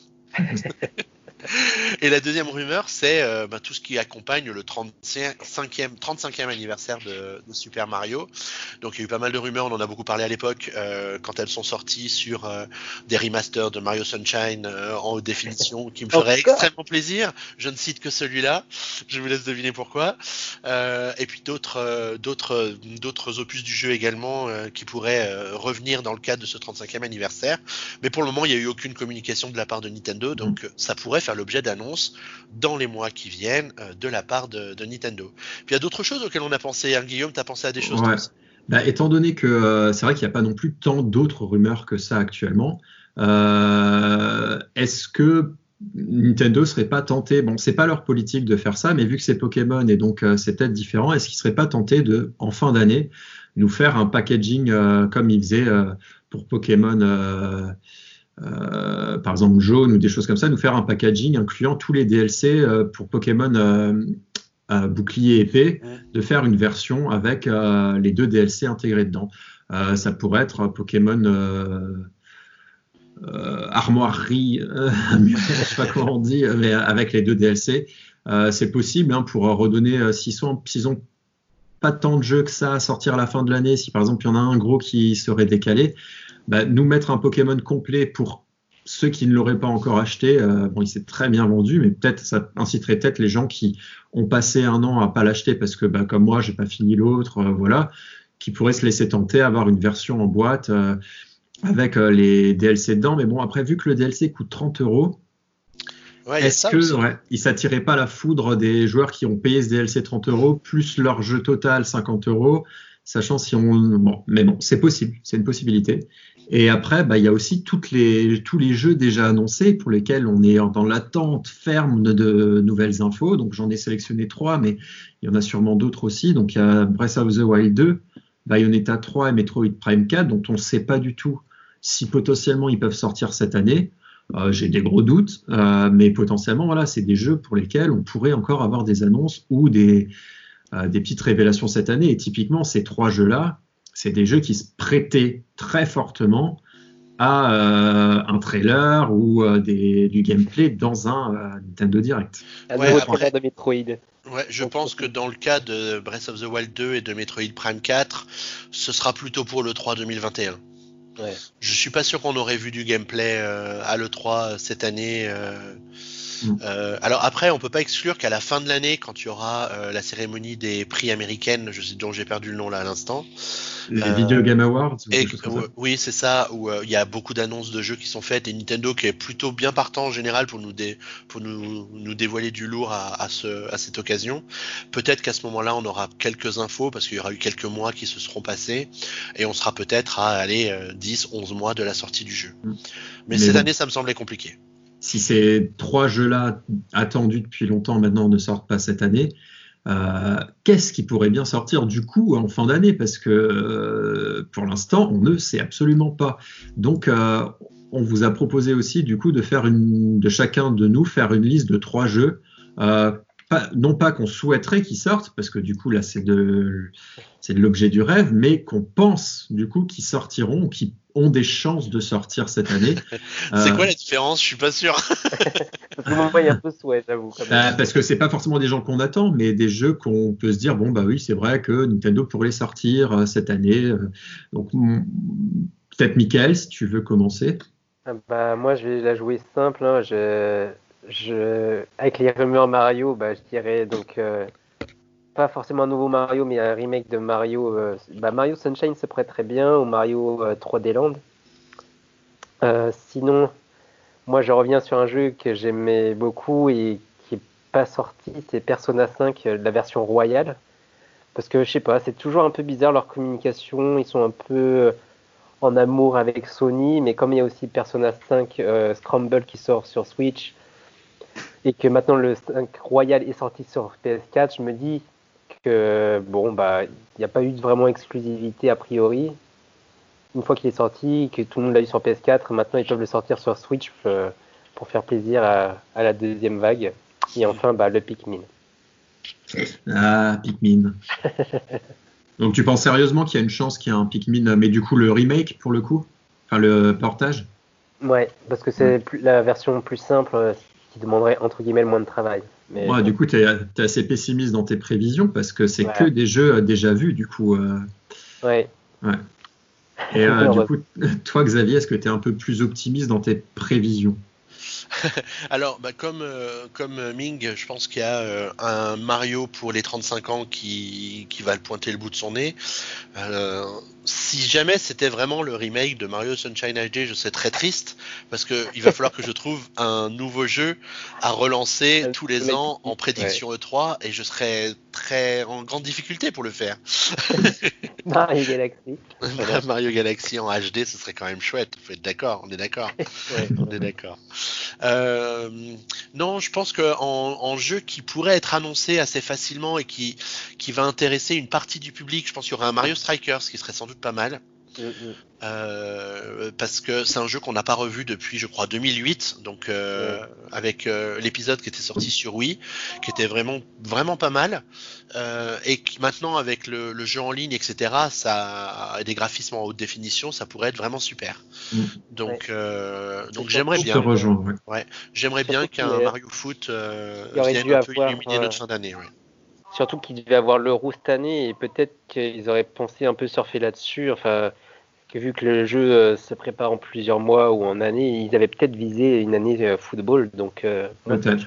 Et la deuxième rumeur, c'est tout ce qui accompagne le 35e anniversaire de Super Mario. Donc il y a eu pas mal de rumeurs, on en a beaucoup parlé à l'époque quand elles sont sorties sur des remasters de Mario Sunshine en haute définition qui me feraient extrêmement plaisir. Je ne cite que celui-là, je vous laisse deviner pourquoi. Et puis d'autres opus du jeu également qui pourraient revenir dans le cadre de ce 35e anniversaire. Mais pour le moment, il n'y a eu aucune communication de la part de Nintendo, donc ça pourrait faire l'objet d'annonces dans les mois qui viennent de la part de Nintendo. Puis il y a d'autres choses auxquelles on a pensé. Hein, Guillaume, tu as pensé à des choses étant donné que c'est vrai qu'il n'y a pas non plus tant d'autres rumeurs que ça actuellement, est-ce que Nintendo serait pas tenté, bon, c'est pas leur politique de faire ça, mais vu que c'est Pokémon et donc c'est peut-être différent, est-ce qu'ils seraient pas tentés de, en fin d'année, nous faire un packaging comme ils faisaient pour Pokémon par exemple jaune ou des choses comme ça, nous faire un packaging incluant tous les DLC pour Pokémon bouclier épée, de faire une version avec les 2 DLC intégrés dedans. Ça pourrait être Pokémon armoirie, je sais pas comment on dit, mais avec les 2 DLC. C'est possible pour redonner, s'ils ont pas tant de jeux que ça à sortir à la fin de l'année, si par exemple il y en a un gros qui serait décalé, nous mettre un Pokémon complet pour ceux qui ne l'auraient pas encore acheté, il s'est très bien vendu, mais peut-être ça inciterait peut-être les gens qui ont passé 1 an à pas l'acheter parce que comme moi j'ai pas fini l'autre, qui pourraient se laisser tenter à avoir une version en boîte avec les DLC dedans. Mais bon, après vu que le DLC coûte 30 €, est-ce que il s'attirait pas la foudre des joueurs qui ont payé ce DLC 30 € plus leur jeu total 50 €, sachant si mais bon, c'est possible, c'est une possibilité. Et après, il y a aussi tous les jeux déjà annoncés pour lesquels on est dans l'attente ferme de nouvelles infos. Donc j'en ai sélectionné 3, mais il y en a sûrement d'autres aussi. Donc il y a Breath of the Wild 2, Bayonetta 3 et Metroid Prime 4, dont on ne sait pas du tout si potentiellement ils peuvent sortir cette année. J'ai des gros doutes, mais potentiellement, c'est des jeux pour lesquels on pourrait encore avoir des annonces ou des petites révélations cette année. Et typiquement, ces 3 jeux-là, c'est des jeux qui se prêtaient très fortement à un trailer ou du gameplay dans un Nintendo Direct. Un nouveau trailer de Metroid. Ouais, je pense que dans le cas de Breath of the Wild 2 et de Metroid Prime 4, ce sera plutôt pour l'E3 2021. Ouais. Je suis pas sûr qu'on aurait vu du gameplay à l'E3 cette année. Alors après, on peut pas exclure qu'à la fin de l'année, quand il y aura la cérémonie des prix américaines, dont j'ai perdu le nom là à l'instant. Les Video Game Awards ou quelque chose comme ça. Oui, c'est ça, où il y a beaucoup d'annonces de jeux qui sont faites et Nintendo qui est plutôt bien partant en général pour nous dévoiler du lourd à cette occasion. Peut-être qu'à ce moment-là, on aura quelques infos parce qu'il y aura eu quelques mois qui se seront passés et on sera peut-être à aller 10, 11 mois de la sortie du jeu. Mais cette année, ça me semblait compliqué. Si ces 3 jeux-là attendus depuis longtemps maintenant ne sortent pas cette année, qu'est-ce qui pourrait bien sortir du coup en fin d'année? Parce que pour l'instant, on ne sait absolument pas. Donc, on vous a proposé aussi du coup de chacun de nous faire une liste de 3 jeux. Non pas qu'on souhaiterait qu'ils sortent, parce que du coup là c'est de l'objet du rêve, mais qu'on pense du coup qu'ils sortiront, qui ont des chances de sortir cette année. C'est quoi la différence? Je suis pas sûr. Parce que moi, il y a un peu souhait, j'avoue. Parce que c'est pas forcément des gens qu'on attend, mais des jeux qu'on peut se dire bon bah oui c'est vrai que Nintendo pourrait les sortir cette année. Donc peut-être Michael, si tu veux commencer. Moi je vais la jouer simple. Hein. Avec les rumeurs Mario, je dirais donc pas forcément un nouveau Mario, mais un remake de Mario. Mario Sunshine se prête très bien, ou Mario 3D Land. Sinon, moi je reviens sur un jeu que j'aimais beaucoup et qui est pas sorti, c'est Persona 5, la version royale. Parce que je sais pas, c'est toujours un peu bizarre leur communication, ils sont un peu en amour avec Sony, mais comme il y a aussi Persona 5 Scramble qui sort sur Switch, et que maintenant le 5 Royal est sorti sur PS4, je me dis que il n'y a pas eu vraiment exclusivité a priori. Une fois qu'il est sorti, que tout le monde l'a eu sur PS4, maintenant ils peuvent le sortir sur Switch pour faire plaisir à la deuxième vague. Et enfin, le Pikmin. Ah, Pikmin. Donc tu penses sérieusement qu'il y a une chance qu'il y ait un Pikmin, mais du coup le remake pour le coup, enfin le portage? Ouais, parce que c'est la version plus simple qui demanderait entre guillemets le moins de travail. Mais ouais, du coup, tu es assez pessimiste dans tes prévisions parce que c'est que des jeux déjà vus, du coup. Ouais. Et du coup, toi, Xavier, est-ce que tu es un peu plus optimiste dans tes prévisions? Alors, comme Ming, je pense qu'il y a un Mario pour les 35 ans qui va le pointer le bout de son nez. Si jamais c'était vraiment le remake de Mario Sunshine HD, je serais très triste parce que il va falloir que je trouve un nouveau jeu à relancer tous les ans en prédiction E3 et je serais très en grande difficulté pour le faire. Mario Galaxy. Mario Galaxy en HD, ce serait quand même chouette. Faut être d'accord, on est d'accord. On est d'accord. Non, je pense que en jeu qui pourrait être annoncé assez facilement et qui va intéresser une partie du public, je pense qu'il y aura un Mario Strikers qui serait sans doute pas mal. Parce que c'est un jeu qu'on n'a pas revu depuis, je crois, 2008, donc avec l'épisode qui était sorti sur Wii, qui était vraiment vraiment pas mal, et qui maintenant avec le jeu en ligne, etc., ça des graphismes en haute définition, ça pourrait être vraiment super. Donc j'aimerais bien. J'aimerais bien qu'un Mario Foot vienne un peu illuminer notre fin d'année. Ouais. Surtout qu'il devait avoir l'Euro cette année et peut-être qu'ils auraient pensé un peu surfer là-dessus. Enfin, que vu que le jeu se prépare en plusieurs mois ou en années, ils avaient peut-être visé une année football. Donc, peut-être.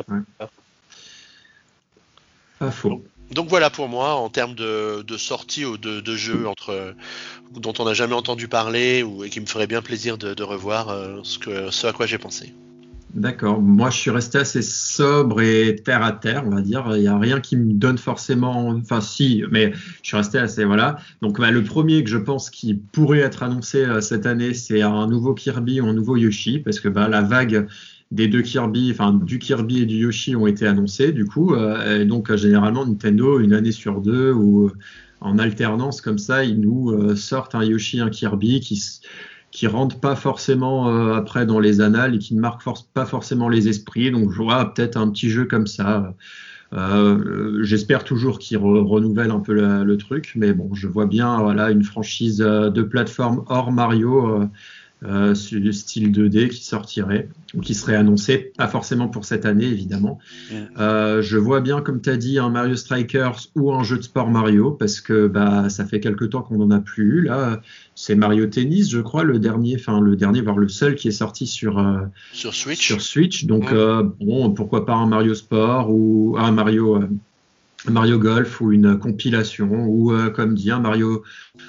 Pas faux. Donc voilà pour moi en termes de sorties ou de jeux dont on n'a jamais entendu parler et qui me ferait bien plaisir de revoir ce à quoi j'ai pensé. D'accord. Moi, je suis resté assez sobre et terre à terre, on va dire. Il n'y a rien qui me donne forcément. Enfin, si, mais je suis resté assez. Voilà. Donc, le premier que je pense qui pourrait être annoncé cette année, c'est un nouveau Kirby ou un nouveau Yoshi, parce que la vague des deux Kirby, enfin du Kirby et du Yoshi ont été annoncés, du coup. Et donc, généralement, Nintendo, une année sur deux ou en alternance comme ça, ils nous sortent un Yoshi, un Kirby qui rentrent pas forcément après dans les annales et qui ne marquent pas forcément les esprits. Donc je vois peut-être un petit jeu comme ça. J'espère toujours qu'ils renouvellent un peu le truc, mais bon, je vois bien une franchise de plateforme hors Mario style 2D qui sortirait, ou qui serait annoncé, pas forcément pour cette année évidemment. Je vois bien, comme tu as dit, un Mario Strikers ou un jeu de sport Mario, parce que ça fait quelque temps qu'on n'en a plus eu. Là, c'est Mario Tennis, je crois, le dernier, voire le seul qui est sorti sur Switch. Donc, bon, pourquoi pas un Mario Sport ou un Mario Golf ou une compilation, ou comme dit, un Mario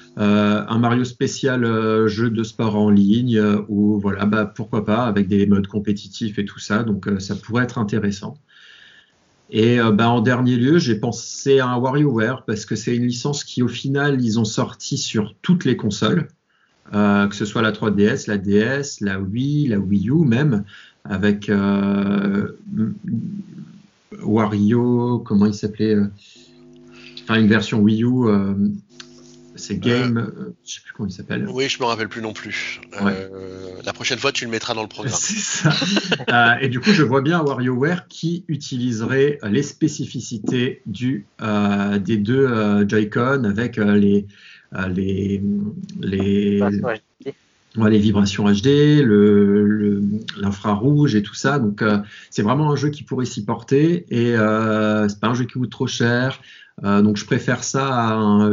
spécial jeu de sport en ligne, ou voilà, pourquoi pas, avec des modes compétitifs et tout ça. Donc, ça pourrait être intéressant. Et en dernier lieu, j'ai pensé à un WarioWare parce que c'est une licence qui, au final, ils ont sorti sur toutes les consoles, que ce soit la 3DS, la DS, la Wii, la Wii U même, avec Wario, comment il s'appelait, une version Wii U, c'est Game, je sais plus comment il s'appelle. Oui, je me rappelle plus non plus. Ouais. La prochaine fois, tu le mettras dans le programme. C'est ça. Et du coup, je vois bien WarioWare qui utiliserait les spécificités des deux Joy-Con avec les vibrations HD, l'infrarouge et tout ça. Donc, c'est vraiment un jeu qui pourrait s'y porter, et c'est pas un jeu qui coûte trop cher. Donc, je préfère ça à un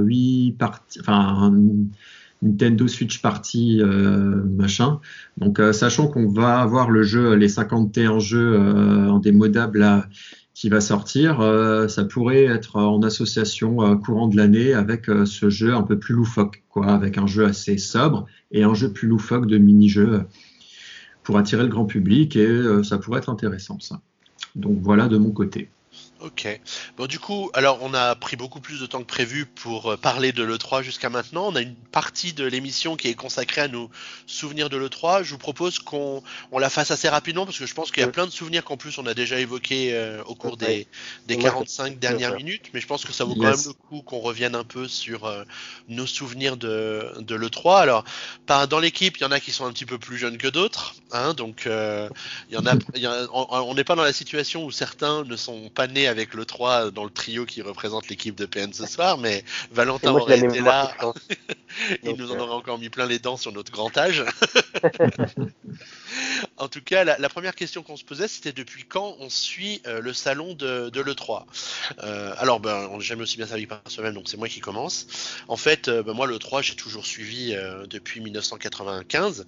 Nintendo Switch Party machin. Donc, sachant qu'on va avoir le jeu, les 51 jeux en démodable là, qui va sortir, ça pourrait être en association courant de l'année avec ce jeu un peu plus loufoque, quoi, avec un jeu assez sobre et un jeu plus loufoque de mini-jeux pour attirer le grand public, et ça pourrait être intéressant, ça. Donc voilà de mon côté. Ok. Bon, du coup, alors on a pris beaucoup plus de temps que prévu pour parler de l'E3 jusqu'à maintenant. On a une partie de l'émission qui est consacrée à nos souvenirs de l'E3. Je vous propose qu'on la fasse assez rapidement parce que je pense qu'il y a plein de souvenirs qu'en plus on a déjà évoqués au cours des 45 dernières minutes. Mais je pense que ça vaut quand même le coup qu'on revienne un peu sur nos souvenirs de l'E3. Alors, dans l'équipe, il y en a qui sont un petit peu plus jeunes que d'autres. Hein, donc, on n'est pas dans la situation où certains ne sont pas nés avec le 3 dans le trio qui représente l'équipe de PN ce soir, mais Valentin aurait été là. Il nous en aurait encore mis plein les dents sur notre grand âge. En tout cas, la première question qu'on se posait, c'était depuis quand on suit le salon de l'E3. Alors, on n'est jamais aussi bien servi par soi-même, donc c'est moi qui commence. En fait, moi, l'E3, j'ai toujours suivi depuis 1995.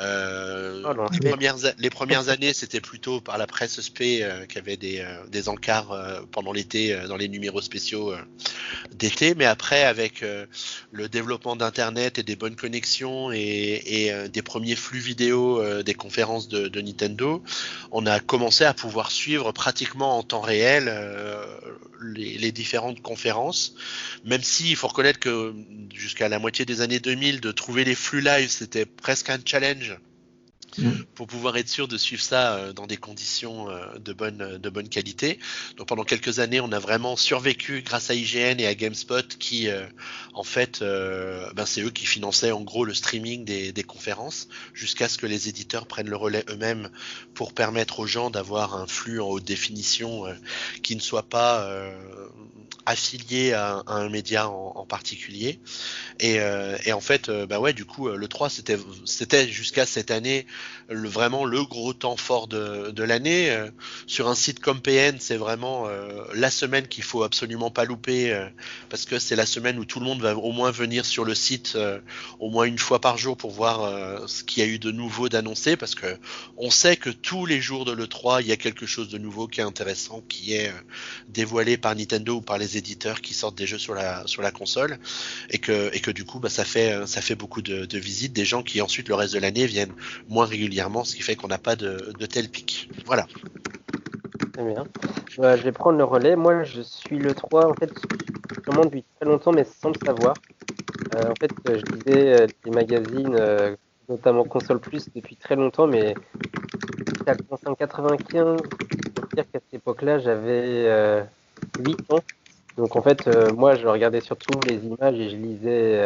Les premières années, c'était plutôt par la presse spé qui avait des encarts pendant l'été dans les numéros spéciaux d'été, mais après, avec le développement d'Internet et des bonnes connexions et des premiers flux vidéo des conférences de Nintendo, on a commencé à pouvoir suivre pratiquement en temps réel les différentes conférences, même si il faut reconnaître que jusqu'à la moitié des années 2000, de trouver les flux live, c'était presque un challenge pour pouvoir être sûr de suivre ça dans des conditions de bonne qualité. Donc pendant quelques années, on a vraiment survécu grâce à IGN et à GameSpot qui, en fait, c'est eux qui finançaient en gros le streaming des conférences jusqu'à ce que les éditeurs prennent le relais eux-mêmes pour permettre aux gens d'avoir un flux en haute définition qui ne soit pas affilié à un média en particulier. Et en fait, du coup, le 3 c'était jusqu'à cette année vraiment le gros temps fort de l'année. Sur un site comme PN, c'est vraiment la semaine qu'il faut absolument pas louper parce que c'est la semaine où tout le monde va au moins venir sur le site au moins une fois par jour pour voir ce qu'il y a eu de nouveau d'annoncé, parce que on sait que tous les jours de l'E3, il y a quelque chose de nouveau qui est intéressant, qui est dévoilé par Nintendo ou par les éditeurs qui sortent des jeux sur la console, et que du coup ça fait beaucoup de visites, des gens qui ensuite le reste de l'année viennent moins régulièrement, ce qui fait qu'on n'a pas de tel pic. Voilà. Très bien. Je vais prendre le relais. Moi, je suis le 3 en fait vraiment depuis très longtemps, mais sans le savoir. En fait, je lisais des magazines, notamment Console Plus, depuis très longtemps, mais ça a commencé en 95. Pour dire qu'à cette époque-là, j'avais 8 ans. Donc en fait, moi, je regardais surtout les images et je lisais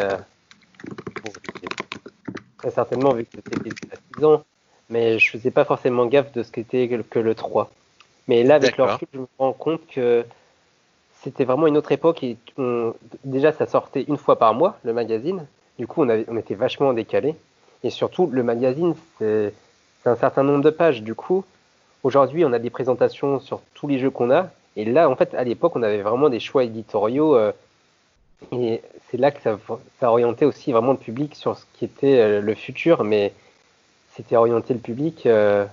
très certainement, vu que c'était à 6 ans, mais je faisais pas forcément gaffe de ce qu'était que le 3. Mais là, avec le recul, je me rends compte que c'était vraiment une autre époque, et déjà ça sortait une fois par mois, le magazine. Du coup, on était vachement décalé. Et surtout, le magazine, c'est un certain nombre de pages. Du coup, aujourd'hui, on a des présentations sur tous les jeux qu'on a. Et là, en fait, à l'époque, on avait vraiment des choix éditoriaux. Et c'est là que ça orientait aussi vraiment le public sur ce qui était le futur. Mais c'était orienter le public.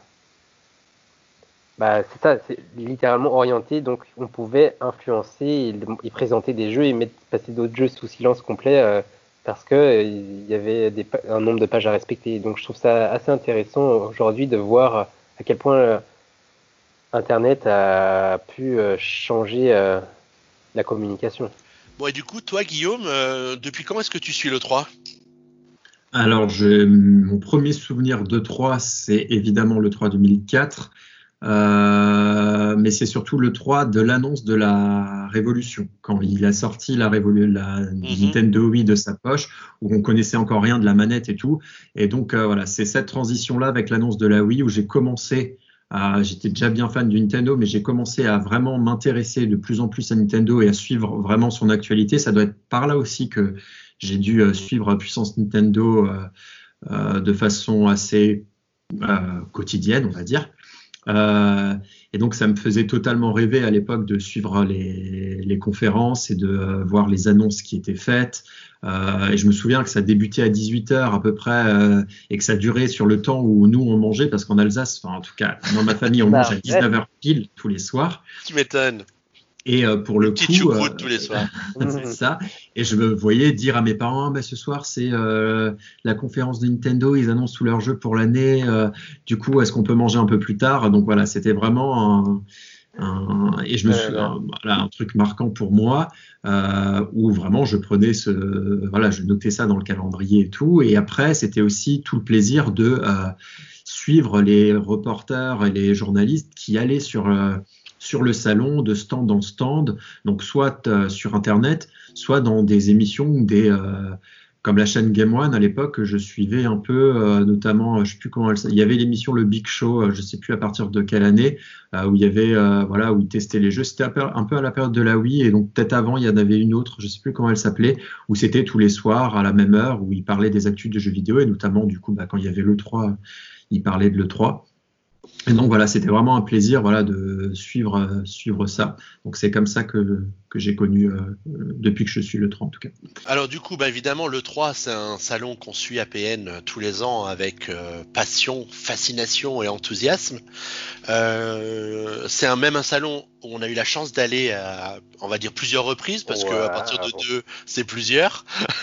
C'est ça, c'est littéralement orienté. Donc, on pouvait influencer et présenter des jeux et passer d'autres jeux sous silence complet. Parce que il y avait un nombre de pages à respecter. Donc je trouve ça assez intéressant aujourd'hui de voir à quel point Internet a pu changer la communication. Bon, et du coup, toi, Guillaume, depuis quand est-ce que tu suis le 3? Alors, mon premier souvenir de 3, c'est évidemment le 3 2004. Mais c'est surtout le 3 de l'annonce de la Révolution, quand il a sorti la Nintendo Wii de sa poche, où on connaissait encore rien de la manette et tout. Et donc voilà, c'est cette transition-là avec l'annonce de la Wii où j'ai commencé j'étais déjà bien fan du Nintendo, mais j'ai commencé à vraiment m'intéresser de plus en plus à Nintendo et à suivre vraiment son actualité. Ça doit être par là aussi que j'ai dû suivre Puissance Nintendo de façon assez quotidienne, on va dire. Et donc, ça me faisait totalement rêver à l'époque de suivre les conférences et de voir les annonces qui étaient faites. Et je me souviens que ça débutait à 18h à peu près et que ça durait sur le temps où nous, on mangeait, parce qu'en Alsace, enfin, en tout cas, dans ma famille, on mange à 19h pile tous les soirs. Tu m'étonnes. Et pour le petite coup, choucroute tous les soirs. C'est ça. Et je me voyais dire à mes parents, ce soir c'est la conférence de Nintendo, ils annoncent tous leurs jeux pour l'année. Du coup, est-ce qu'on peut manger un peu plus tard? Donc voilà, c'était vraiment et je me souviens, voilà, un truc marquant pour moi où vraiment je prenais je notais ça dans le calendrier et tout. Et après, c'était aussi tout le plaisir de suivre les reporters et les journalistes qui allaient sur le salon, de stand en stand, donc soit sur Internet, soit dans des émissions comme la chaîne Game One à l'époque, que je suivais un peu, notamment, je sais plus comment il y avait l'émission Le Big Show, je sais plus à partir de quelle année, où il y avait, où ils testaient les jeux. C'était un peu à la période de la Wii, et donc peut-être avant, il y en avait une autre, je sais plus comment elle s'appelait, où c'était tous les soirs à la même heure, où ils parlaient des actus de jeux vidéo, et notamment, du coup, quand il y avait l'E3, ils parlaient de l'E3. Et donc voilà, c'était vraiment un plaisir de suivre ça. Donc c'est comme ça que j'ai connu depuis que je suis le 3 en tout cas. Alors du coup, évidemment, le 3, c'est un salon qu'on suit à PN tous les ans avec passion, fascination et enthousiasme. C'est un salon où on a eu la chance d'aller à, on va dire, plusieurs reprises, parce que à partir de 2, c'est plusieurs.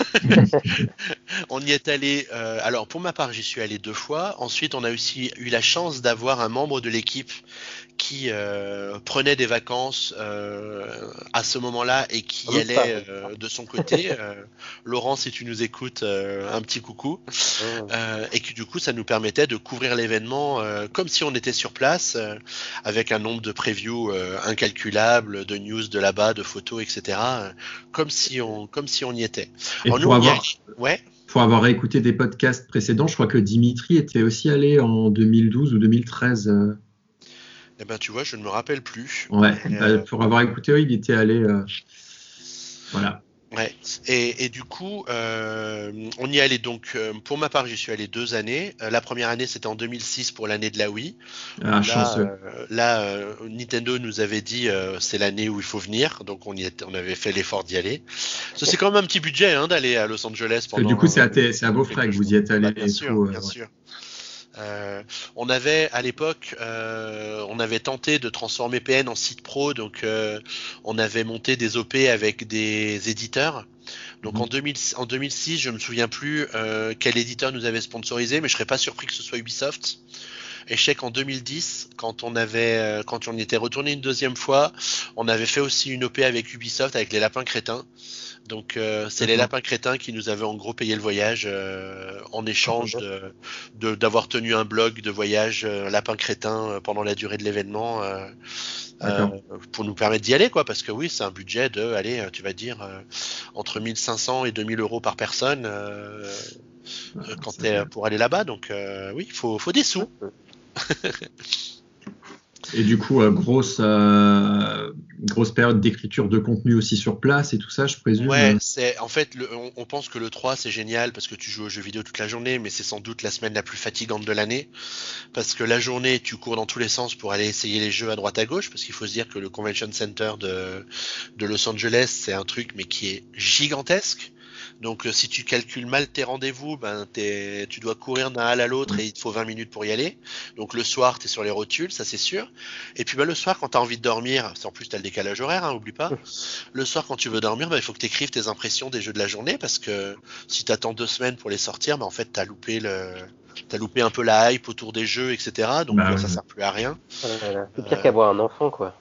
On y est allé, alors pour ma part, j'y suis allé 2 fois. Ensuite, on a aussi eu la chance d'avoir un membre de l'équipe qui prenait des vacances à ce moment-là et qui allait de son côté. Laurent, si tu nous écoutes, un petit coucou. Et que du coup, ça nous permettait de couvrir l'événement comme si on était sur place, avec un nombre de previews incalculable, de news de là-bas, de photos, etc. Comme si on y était. Et Alors, pour avoir écouté des podcasts précédents, je crois que Dimitri était aussi allé en 2012 ou 2013. Eh ben, tu vois, je ne me rappelle plus. Ouais, pour avoir écouté, il était allé. Voilà. Ouais. Et du coup, on y allait donc. Pour ma part, j'y suis allé 2 années. La première année, c'était en 2006 pour l'année de la Wii. Chanceux. Nintendo nous avait dit c'est l'année où il faut venir, donc on avait fait l'effort d'y aller. C'est quand même un petit budget d'aller à Los Angeles pendant. Du coup, c'est à vos frais que vous y êtes allé. Bien sûr, bien sûr. On avait à l'époque, on avait tenté de transformer PN en site pro, donc on avait monté des OP avec des éditeurs. Donc en 2006, je me souviens plus quel éditeur nous avait sponsorisé, mais je serais pas surpris que ce soit Ubisoft. Et je sais qu'en 2010, quand on était retourné une deuxième fois, on avait fait aussi une OP avec Ubisoft, avec les lapins crétins. Donc c'est les lapins crétins qui nous avaient en gros payé le voyage en échange d'avoir tenu un blog de voyage lapin crétin pendant la durée de l'événement pour nous permettre d'y aller, quoi, parce que oui, c'est un budget de, allez, tu vas dire entre 1500 et 2000 euros par personne pour aller là-bas. Donc oui, il faut des sous. Et du coup, grosse période d'écriture de contenu aussi sur place et tout ça, je présume. Ouais, c'est en fait, on pense que le 3 c'est génial parce que tu joues aux jeux vidéo toute la journée, mais c'est sans doute la semaine la plus fatigante de l'année parce que la journée tu cours dans tous les sens pour aller essayer les jeux à droite à gauche parce qu'il faut se dire que le Convention Center de Los Angeles c'est un truc mais qui est gigantesque. Donc si tu calcules mal tes rendez-vous, ben tu dois courir d'un hall à l'autre et il te faut 20 minutes pour y aller. Donc le soir, tu es sur les rotules, ça c'est sûr. Et puis ben, le soir, quand tu as envie de dormir, en plus tu as le décalage horaire, hein, oublie pas. Le soir, quand tu veux dormir, ben, il faut que tu écrives tes impressions des jeux de la journée parce que si tu attends 2 semaines pour les sortir, ben, en fait tu as loupé un peu la hype autour des jeux, etc. Donc ça sert plus à rien. C'est pire qu'avoir un enfant, quoi.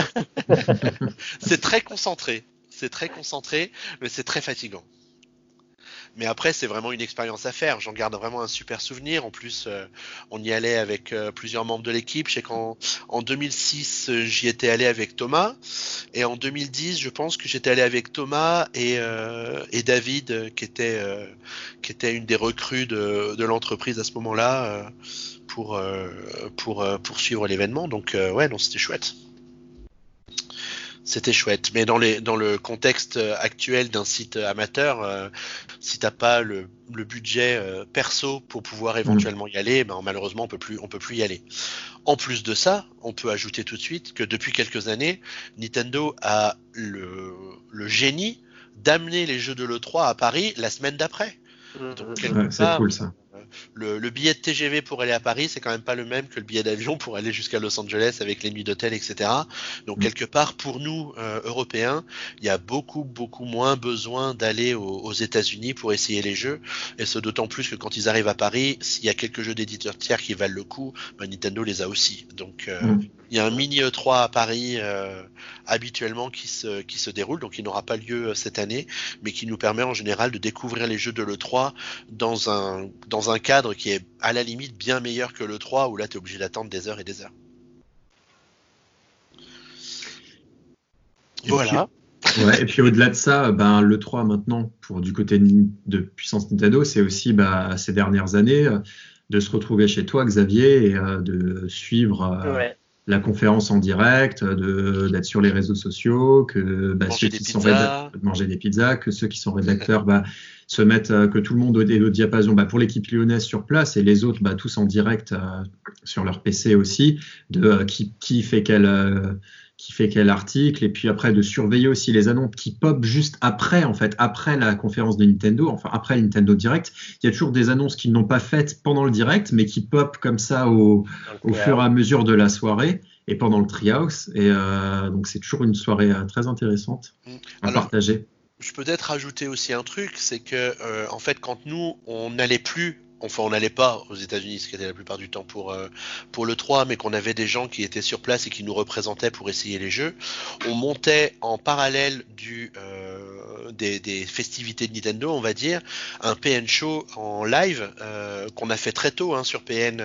C'est très concentré. C'est très concentré, mais c'est très fatigant. Mais après, c'est vraiment une expérience à faire. J'en garde vraiment un super souvenir. En plus, on y allait avec plusieurs membres de l'équipe. Je sais qu'en 2006, j'y étais allé avec Thomas. Et en 2010, je pense que j'étais allé avec Thomas et David, qui était une des recrues de l'entreprise à ce moment-là, pour suivre l'événement. Donc, ouais, non, c'était chouette. C'était chouette, mais dans le contexte actuel d'un site amateur, si t'as pas le budget perso pour pouvoir éventuellement y aller, ben malheureusement on peut plus y aller. En plus de ça, on peut ajouter tout de suite que depuis quelques années, Nintendo a le génie d'amener les jeux de l'E3 à Paris la semaine d'après. Donc quelque c'est part, cool ça. le billet de TGV pour aller à Paris, c'est quand même pas le même que le billet d'avion pour aller jusqu'à Los Angeles avec les nuits d'hôtel, etc. Donc quelque part, pour nous Européens, il y a beaucoup moins besoin d'aller aux États-Unis pour essayer les jeux, et ce d'autant plus que quand ils arrivent à Paris, s'il y a quelques jeux d'éditeurs tiers qui valent le coup, ben, Nintendo les a aussi. Donc il y a un mini E3 à Paris habituellement qui se déroule, donc il n'aura pas lieu cette année, mais qui nous permet en général de découvrir les jeux de l'E3 dans un cadre qui est à la limite bien meilleur que l'E3 où là tu es obligé d'attendre des heures et des heures. Voilà. Et puis au-delà de ça, ben, l'E3 maintenant, pour du côté de puissance Nintendo, c'est aussi ces dernières années de se retrouver chez toi, Xavier, et de suivre la conférence en direct, d'être sur les réseaux sociaux, que ceux qui sont manger des pizzas, que ceux qui sont rédacteurs se mettent, que tout le monde au diapason, pour l'équipe lyonnaise sur place et les autres tous en direct sur leur PC aussi, de qui fait quel article, et puis après de surveiller aussi les annonces qui pop juste après, en fait, après la conférence de Nintendo, enfin après le Nintendo Direct. Il y a toujours des annonces qu'ils n'ont pas faites pendant le Direct, mais qui pop comme ça au fur et à mesure de la soirée et pendant le Treehouse. Et donc c'est toujours une soirée très intéressante à partager. Je peux peut-être rajouter aussi un truc, c'est que en fait quand nous on n'allait plus, enfin on n'allait pas aux États-Unis, ce qui était la plupart du temps pour le 3, mais qu'on avait des gens qui étaient sur place et qui nous représentaient pour essayer les jeux, on montait en parallèle des festivités de Nintendo, on va dire, un PN Show en live qu'on a fait très tôt sur PN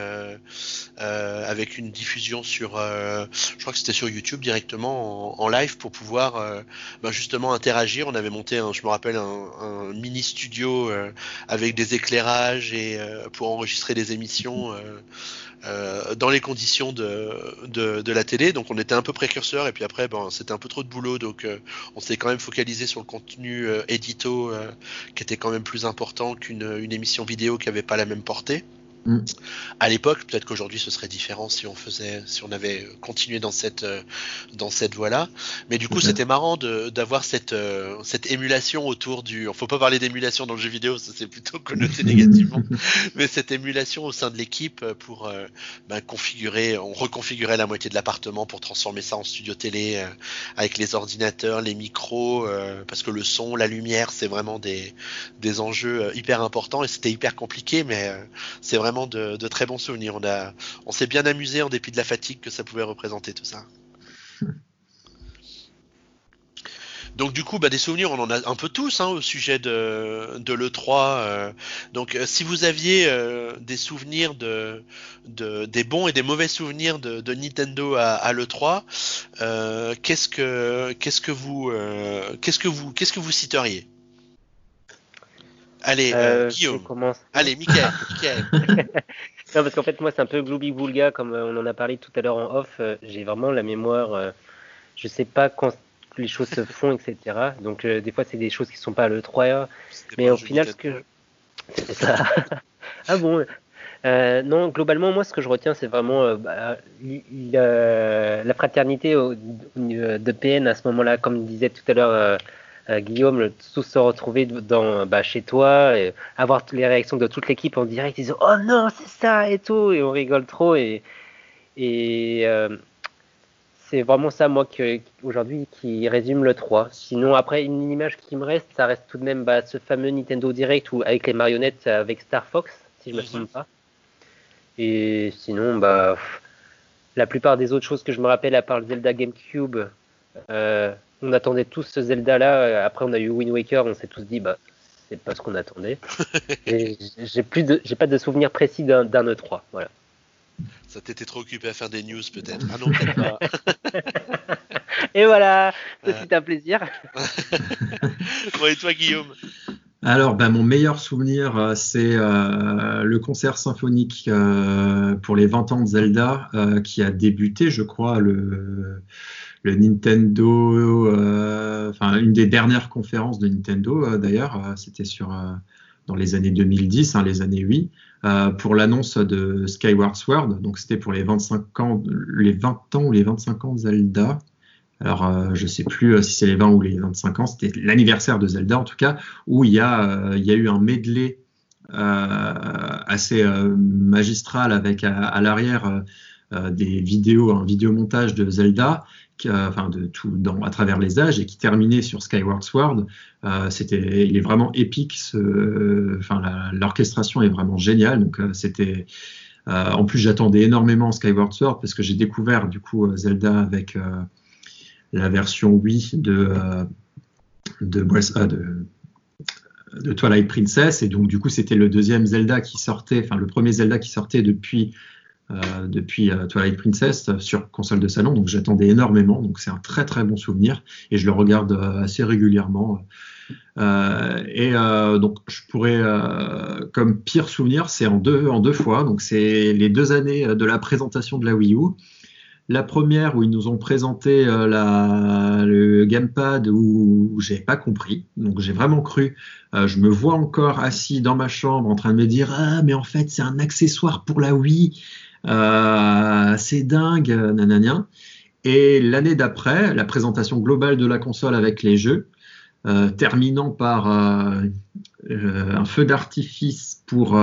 avec une diffusion sur, je crois que c'était sur YouTube directement en live pour pouvoir justement interagir. On avait monté, je me rappelle, un mini studio avec des éclairages et pour enregistrer des émissions dans les conditions de la télé. Donc on était un peu précurseurs et puis après c'était un peu trop de boulot, donc on s'est quand même focalisé sur le contenu édito qui était quand même plus important qu'une émission vidéo qui avait pas la même portée. À l'époque, peut-être qu'aujourd'hui ce serait différent si on avait continué dans cette voie-là. Mais du coup, c'était marrant d'avoir cette émulation autour du. Faut pas parler d'émulation dans le jeu vidéo, ça c'est plutôt connoté négativement. Mais cette émulation au sein de l'équipe pour configurer. On reconfigurait la moitié de l'appartement pour transformer ça en studio télé avec les ordinateurs, les micros, parce que le son, la lumière, c'est vraiment des enjeux hyper importants et c'était hyper compliqué, mais c'est vraiment de très bons souvenirs. On s'est bien amusé en dépit de la fatigue que ça pouvait représenter tout ça. Donc du coup, des souvenirs, on en a un peu tous au sujet de l'E3. Donc si vous aviez des souvenirs des bons et des mauvais souvenirs de Nintendo à l'E3, qu'est-ce que vous citeriez? Allez, Guillaume. Je commence. Allez, Mickaël. Non, parce qu'en fait, moi, c'est un peu Glooby-Boulga, comme on en a parlé tout à l'heure en off. J'ai vraiment la mémoire. Je sais pas quand les choses se font, etc. Donc, des fois, c'est des choses qui sont pas à l'E3. C'était Mais pas un au jeu final, Nintendo. c'est ça. Ah bon? Non, globalement, moi, ce que je retiens, c'est vraiment la fraternité de PN à ce moment-là, comme disait tout à l'heure Guillaume, tous se retrouver chez toi, et avoir les réactions de toute l'équipe en direct, ils disent «Oh non, c'est ça!» et tout, et on rigole trop, et c'est vraiment ça, moi, aujourd'hui, qui résume le 3. Sinon, après, une image qui me reste, ça reste tout de même ce fameux Nintendo Direct avec les marionnettes avec Star Fox, si je me Mhm. trompe pas. Et sinon, la plupart des autres choses que je me rappelle, à part le Zelda GameCube, on attendait tous ce Zelda-là. Après, on a eu Wind Waker, on s'est tous dit, c'est pas ce qu'on attendait. Et j'ai pas de souvenir précis d'un E3. Voilà. Ça t'était trop occupé à faire des news peut-être. Ah non, peut-être pas. Et voilà, ce Euh, fut un plaisir. Bon, et toi, Guillaume? Alors, mon meilleur souvenir, c'est le concert symphonique pour les 20 ans de Zelda qui a débuté, je crois, le Nintendo, enfin, une des dernières conférences de Nintendo, d'ailleurs, c'était dans les années 2010, hein, les années 8, pour l'annonce de Skyward Sword. Donc, c'était pour les 25 ans, les 20 ans ou les 25 ans de Zelda. Alors, je sais plus si c'est les 20 ou les 25 ans, c'était l'anniversaire de Zelda en tout cas, où il y a eu un medley assez magistral avec à l'arrière des vidéos, un vidéomontage de Zelda, enfin de tout à travers les âges et qui terminait sur Skyward Sword. Il est vraiment épique. L'orchestration est vraiment géniale. Donc en plus j'attendais énormément Skyward Sword parce que j'ai découvert du coup Zelda avec la version Wii de Twilight Princess, et donc du coup c'était le deuxième Zelda qui sortait, enfin le premier Zelda qui sortait depuis Twilight Princess sur console de salon, donc j'attendais énormément, donc c'est un très très bon souvenir et je le regarde assez régulièrement. Donc je pourrais, comme pire souvenir, c'est en deux fois, donc c'est les 2 années de la présentation de la Wii U. La première où ils nous ont présenté le gamepad où j'ai pas compris, donc j'ai vraiment cru. Je me vois encore assis dans ma chambre en train de me dire ah mais en fait c'est un accessoire pour la Wii, c'est dingue, nanana. Et l'année d'après, la présentation globale de la console avec les jeux, terminant par un feu d'artifice pour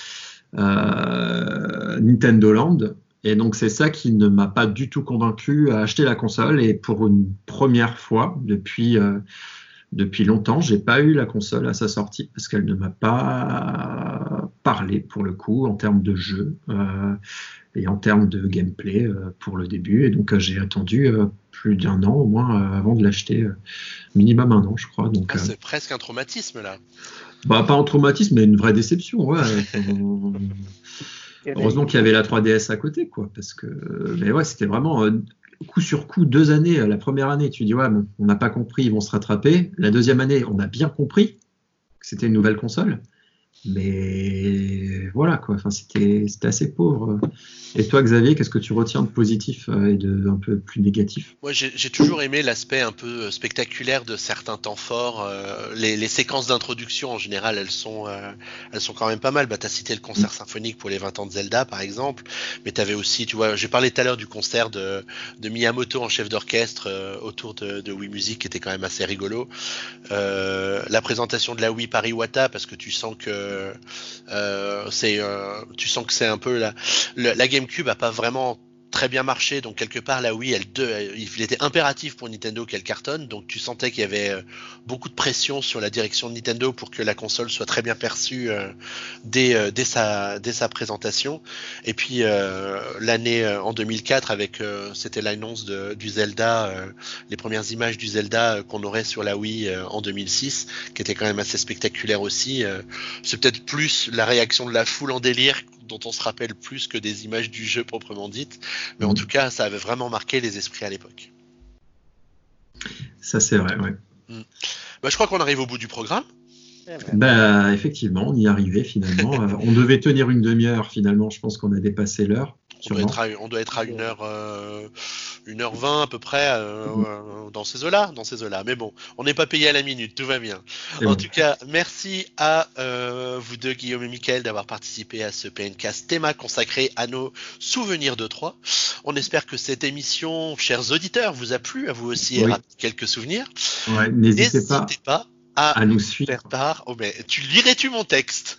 Nintendo Land. Et donc c'est ça qui ne m'a pas du tout convaincu à acheter la console. Et pour une première fois depuis longtemps, j'ai pas eu la console à sa sortie parce qu'elle ne m'a pas parlé pour le coup en termes de jeu et en termes de gameplay pour le début. Et donc j'ai attendu plus d'1 an au moins avant de l'acheter, minimum 1 an je crois. Donc c'est presque un traumatisme là. pas un traumatisme mais une vraie déception. Ouais. Heureusement qu'il y avait la 3DS à côté, quoi, parce que mais ouais, c'était vraiment coup sur coup 2 années. La première année, tu dis ouais, bon, on n'a pas compris, ils vont se rattraper. La deuxième année, on a bien compris que c'était une nouvelle console, mais voilà quoi. Enfin, c'était assez pauvre. Et toi, Xavier, qu'est-ce que tu retiens de positif et de un peu plus négatif? Moi, j'ai toujours aimé l'aspect un peu spectaculaire de certains temps forts. Les séquences d'introduction, en général, elles sont quand même pas mal. Bah, t'as cité le concert symphonique pour les 20 ans de Zelda, par exemple. Mais t'avais aussi, tu vois, j'ai parlé tout à l'heure du concert de Miyamoto en chef d'orchestre autour de Wii Music, qui était quand même assez rigolo. La présentation de la Wii par Iwata, parce que tu sens que c'est un peu la GameCube a pas vraiment très bien marché, donc quelque part la Wii, il était impératif pour Nintendo qu'elle cartonne, donc tu sentais qu'il y avait beaucoup de pression sur la direction de Nintendo pour que la console soit très bien perçue dès sa présentation. Et puis l'année en 2004 avec c'était l'annonce du Zelda, les premières images du Zelda qu'on aurait sur la Wii en 2006, qui était quand même assez spectaculaire aussi. C'est peut-être plus la réaction de la foule en délire dont on se rappelle plus que des images du jeu proprement dites. Mais en tout cas, ça avait vraiment marqué les esprits à l'époque. Ça, c'est vrai, ouais. Bah, je crois qu'on arrive au bout du programme. Bah, effectivement, on y arrivait finalement. On devait tenir une demi-heure, finalement, je pense qu'on a dépassé l'heure. On doit être à 1h20 à peu près dans ces eaux-là, Mais bon, on n'est pas payé à la minute, tout va bien. En tout cas, merci à vous deux, Guillaume et Mickaël, d'avoir participé à ce PNcast théma consacré à nos souvenirs de Troyes. On espère que cette émission, chers auditeurs, vous a plu, à vous aussi, et rappelé quelques souvenirs. Ouais, n'hésitez pas à nous suivre. Faire part. Oh, mais lirais-tu mon texte?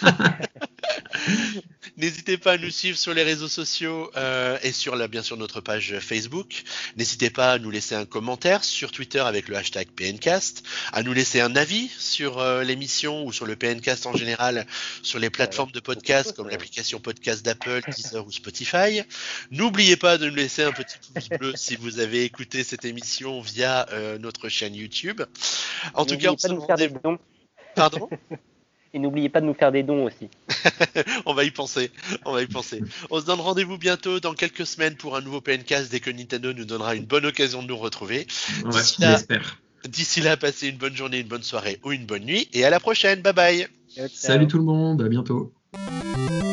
N'hésitez pas à nous suivre sur les réseaux sociaux et sur bien sûr notre page Facebook. N'hésitez pas à nous laisser un commentaire sur Twitter avec le hashtag PNcast, à nous laisser un avis sur l'émission ou sur le PNcast en général sur les plateformes de podcast comme l'application podcast d'Apple, Deezer ou Spotify. N'oubliez pas de nous laisser un petit pouce bleu si vous avez écouté cette émission via notre chaîne YouTube. En tout cas, on se demande... Pardon? Et n'oubliez pas de nous faire des dons aussi. On va y penser. On se donne rendez-vous bientôt dans quelques semaines pour un nouveau PNcast dès que Nintendo nous donnera une bonne occasion de nous retrouver. Ouais, j'espère. D'ici là, passez une bonne journée, une bonne soirée ou une bonne nuit et à la prochaine. Bye bye. Salut tout le monde, à bientôt.